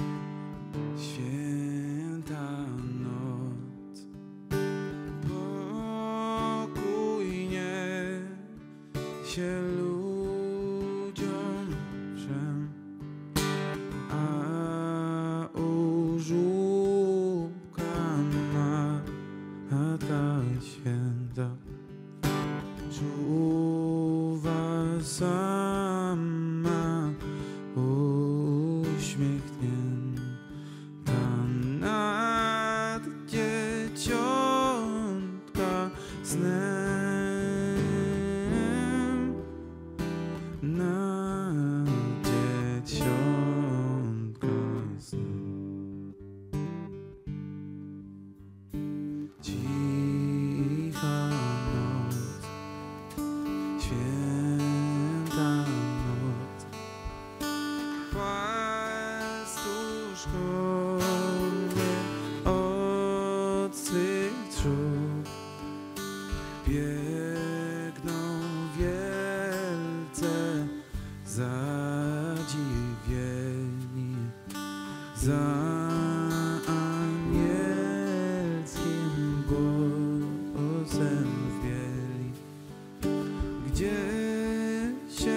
święta noc, pokój niesie ludziom wszem, a u żłóbka Matka Święta czuwa sama, uśmiechnięta nad dzieciątka snem, nad dzieciątka snem. Cicha noc, święta noc, pastuszkowie od swych dróg biegną wielce zadziwieni za anielskim głosem w bieli, gdzie się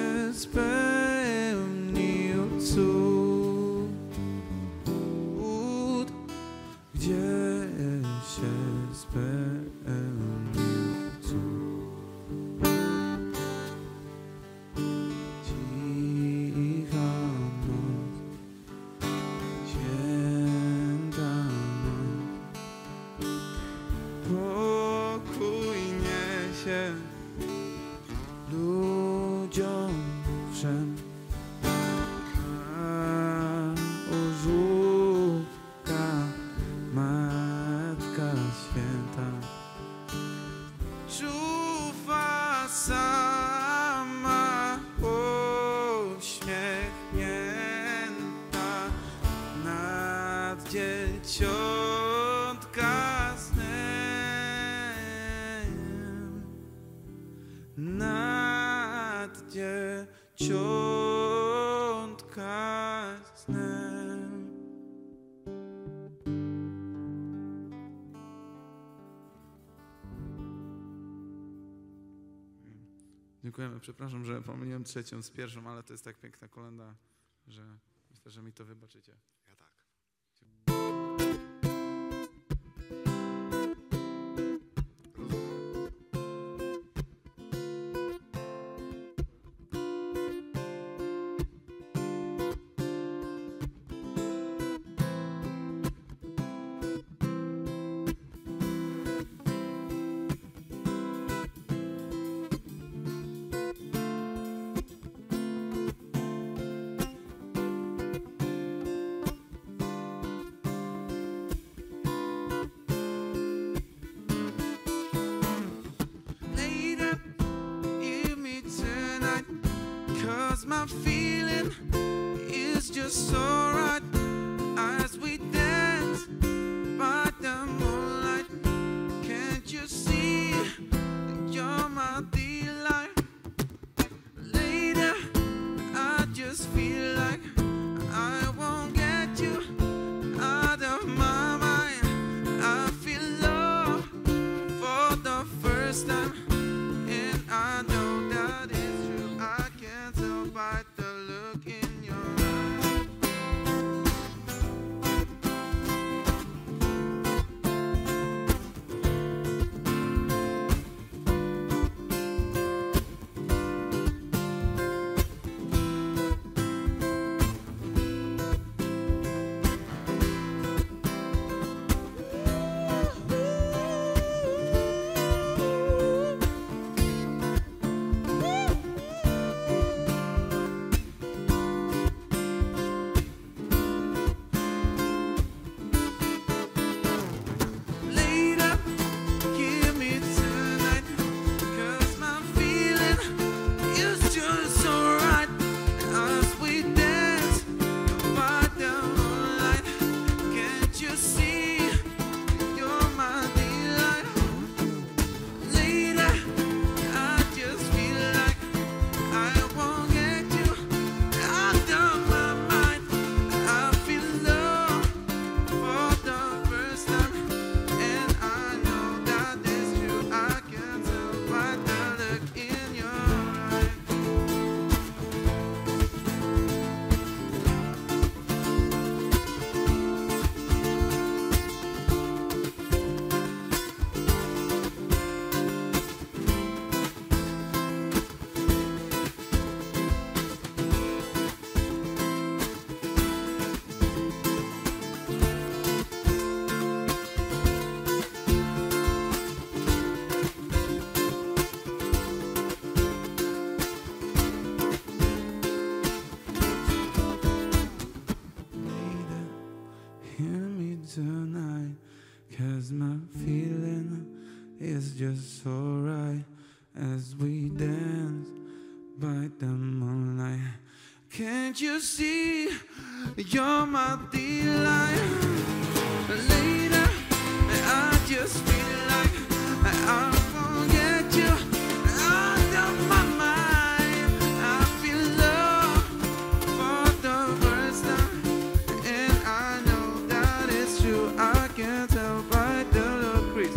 spełnił cud, gdzie się spełnił cud. Cicha noc, święta noc, pokój niesie ludziom wszem, a u żłóbka Matka Święta czuwa sama, uśmiechnięta nad dzieciątka snem, nad dzieciątka snem. Dziękujemy. Przepraszam, że pomyliłem trzecią z pierwszą, ale to jest tak piękna kolenda, że myślę, że mi to wybaczycie. Ja tak. my feeling is just so right as we dance by the moonlight. Can't you see that you're my delight? Later, I just feel like I won't get you out of my mind. I feel love for the first time, and I know that it's true. I can't tell by the look in your tonight, 'cause my feeling is just so right as we dance by the moonlight. Can't you see you're my delight? Later, I just feel like I won't get you out of my mind. I feel love for the first time, and I know that it's true. I can't tell by the look, Chris.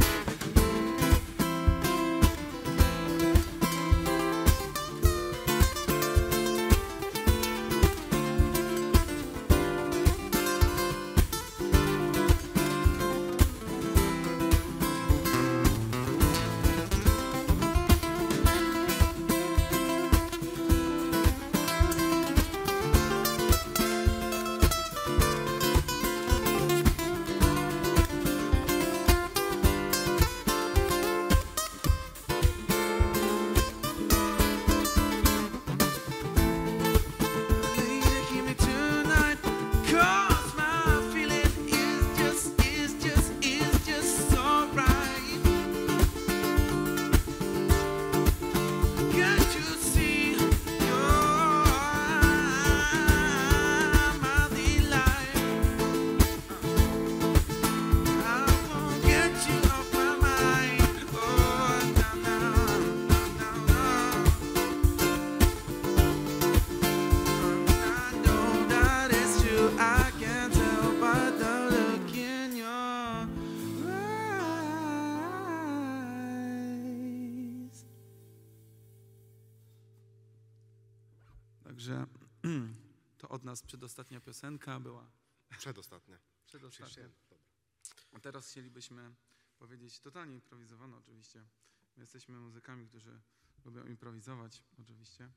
Także to od nas przedostatnia piosenka była. Przedostatnia. Przedostatnia. A teraz chcielibyśmy powiedzieć, totalnie improwizowane oczywiście. My jesteśmy muzykami, którzy lubią improwizować oczywiście.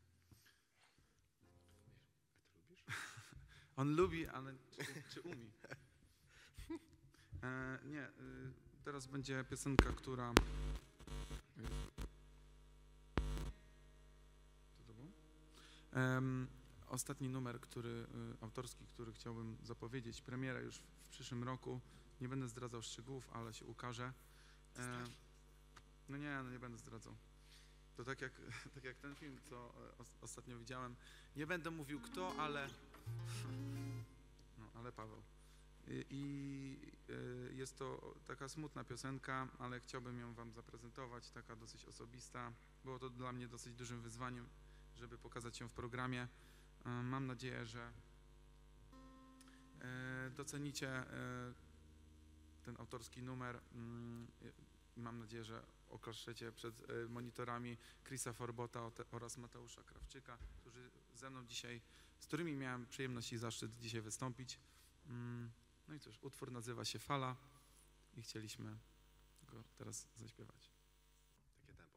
On lubi, ale czy umie? Nie, teraz będzie piosenka, która... Ostatni numer, autorski, który chciałbym zapowiedzieć, premiera już w przyszłym roku. Nie będę zdradzał szczegółów, ale się ukaże. Nie będę zdradzał. To tak jak ten film, co ostatnio widziałem. Nie będę mówił kto, ale... No, ale Paweł. Jest to taka smutna piosenka, ale chciałbym ją wam zaprezentować, taka dosyć osobista. Było to dla mnie dosyć dużym wyzwaniem, żeby pokazać ją w programie. Mam nadzieję, że docenicie ten autorski numer. Mam nadzieję, że oklaszczecie przed monitorami Chrisa Forbota oraz Mateusza Krawczyka, którzy ze mną dzisiaj, z którymi miałem przyjemność i zaszczyt dzisiaj wystąpić. No i cóż, utwór nazywa się Fala i chcieliśmy go teraz zaśpiewać. Takie tempo.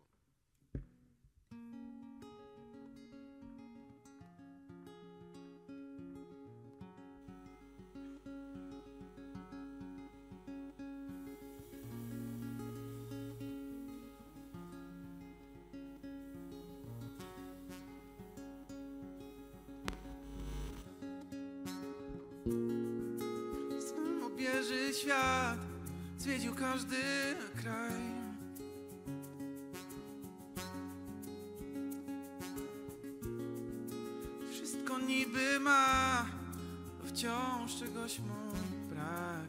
Bierze świat, zwiedził każdy kraj. Wszystko niby ma, wciąż czegoś mu brak.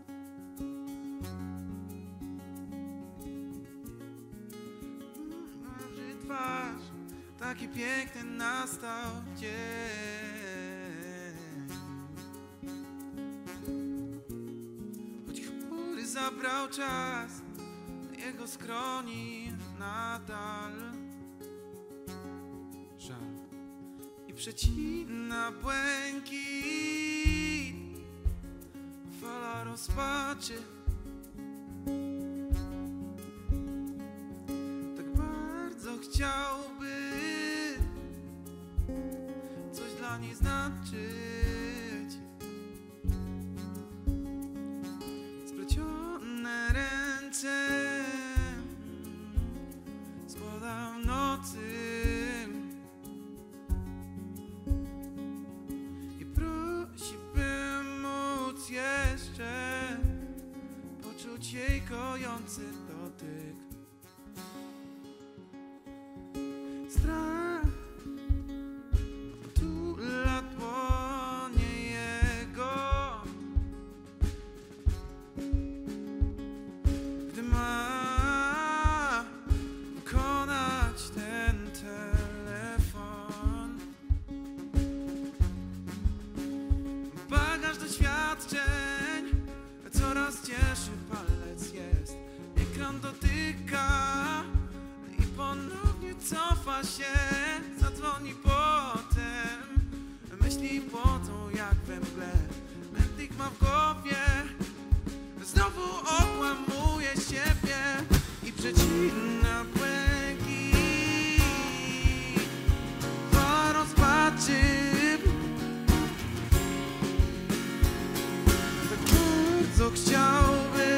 Marzy twarz, taki piękny nastał dzień. Zabrał czas, jego skroni nadal żal i przecina błękit, fala rozpaczy. Tak bardzo chciałby coś dla niej znaczyć. Ręce składał nocy i prosi, by móc jeszcze poczuć jej kojący dotyk. Strach otula dłonie jego, ma wykonać ten telefon. Bagaż doświadczeń coraz cieszy, palec jest, ekran dotyka i ponownie cofa się, zadzwoni potem, myśli płoną jak we mgle, mętlik ma w głowie, znowu okłamuje siebie i przecina błękit, fala rozpaczy. Tak bardzo chciałby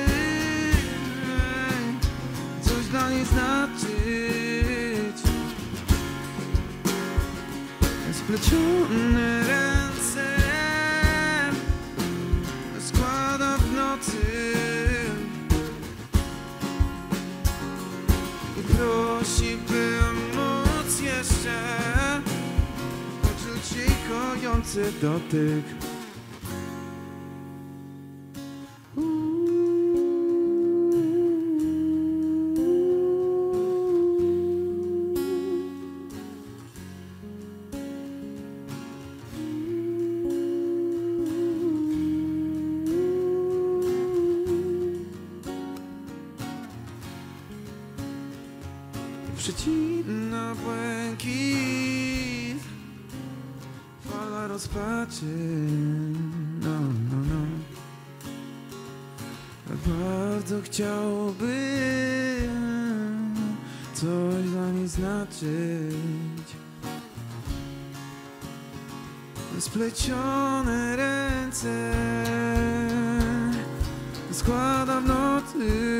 coś dla niej znaczyć. Splecione ręce składa w nocy i prosi, by móc jeszcze poczuć jej kojący dotyk. Przecina błękit, fala rozpaczy. No, no, no. Tak bardzo chciałby coś dla niej znaczyć. Splecione ręce składa w nocy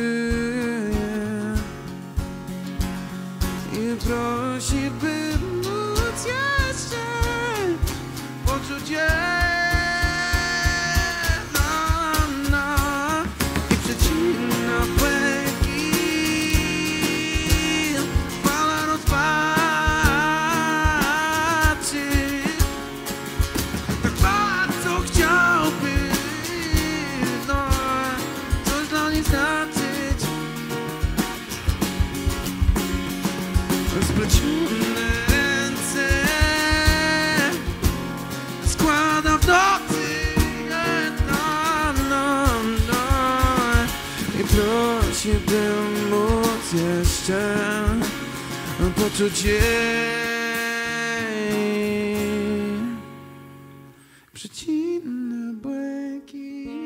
i prosi, by móc jeszcze poczuć je. I przecina błękit, fala rozpaczy. właśnie bym móc jeszcze poczuć jej przecinny błękit,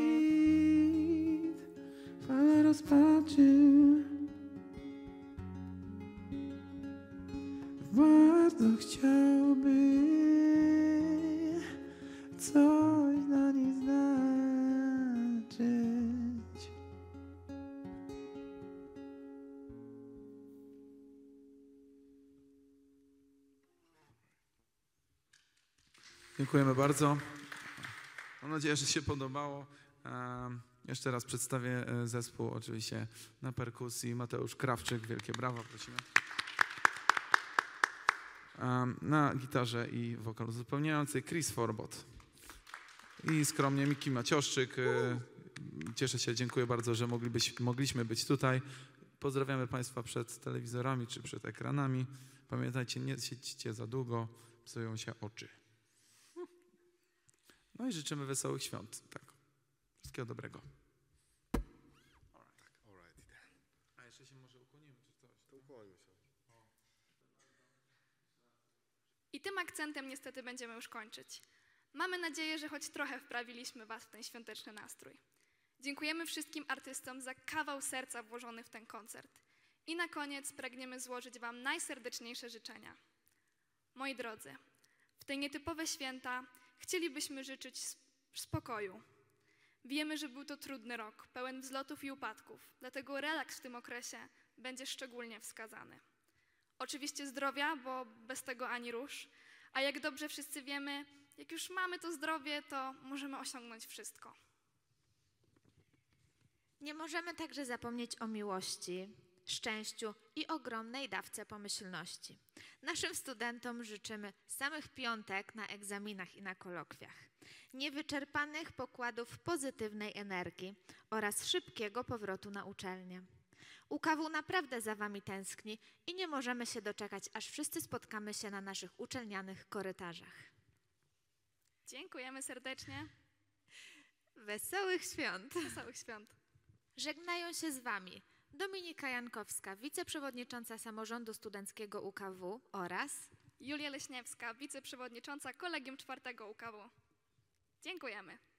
fale rozpaczy. Bardzo chciałby coś dla niej znaczyć. Dziękujemy bardzo. Mam nadzieję, że się podobało. Jeszcze raz przedstawię zespół, oczywiście na perkusji. Mateusz Krawczyk, wielkie brawa, prosimy. Na gitarze i wokal uzupełniający Chris Forbot. I skromnie Miki Macioszczyk. Cieszę się, dziękuję bardzo, że mogliśmy być tutaj. Pozdrawiamy Państwa przed telewizorami czy przed ekranami. Pamiętajcie, nie siedźcie za długo, psują się oczy. No i życzymy wesołych świąt. Tak. Wszystkiego dobrego. A jeszcze się może ukłonimy czy coś? To ukłońmy się. I tym akcentem niestety będziemy już kończyć. Mamy nadzieję, że choć trochę wprawiliśmy Was w ten świąteczny nastrój. Dziękujemy wszystkim artystom za kawał serca włożony w ten koncert. I na koniec pragniemy złożyć Wam najserdeczniejsze życzenia. Moi drodzy, w te nietypowe święta chcielibyśmy życzyć spokoju. Wiemy, że był to trudny rok, pełen wzlotów i upadków, dlatego relaks w tym okresie będzie szczególnie wskazany. Oczywiście zdrowia, bo bez tego ani rusz, a jak dobrze wszyscy wiemy, jak już mamy to zdrowie, to możemy osiągnąć wszystko. Nie możemy także zapomnieć o miłości, szczęściu i ogromnej dawce pomyślności. Naszym studentom życzymy samych piątek na egzaminach i na kolokwiach, niewyczerpanych pokładów pozytywnej energii oraz szybkiego powrotu na uczelnię. UKW naprawdę za Wami tęskni i nie możemy się doczekać, aż wszyscy spotkamy się na naszych uczelnianych korytarzach. Dziękujemy serdecznie. Wesołych świąt! Wesołych świąt! Żegnają się z Wami Dominika Jankowska, wiceprzewodnicząca Samorządu Studenckiego UKW oraz Julia Leśniewska, wiceprzewodnicząca Kolegium IV UKW. Dziękujemy.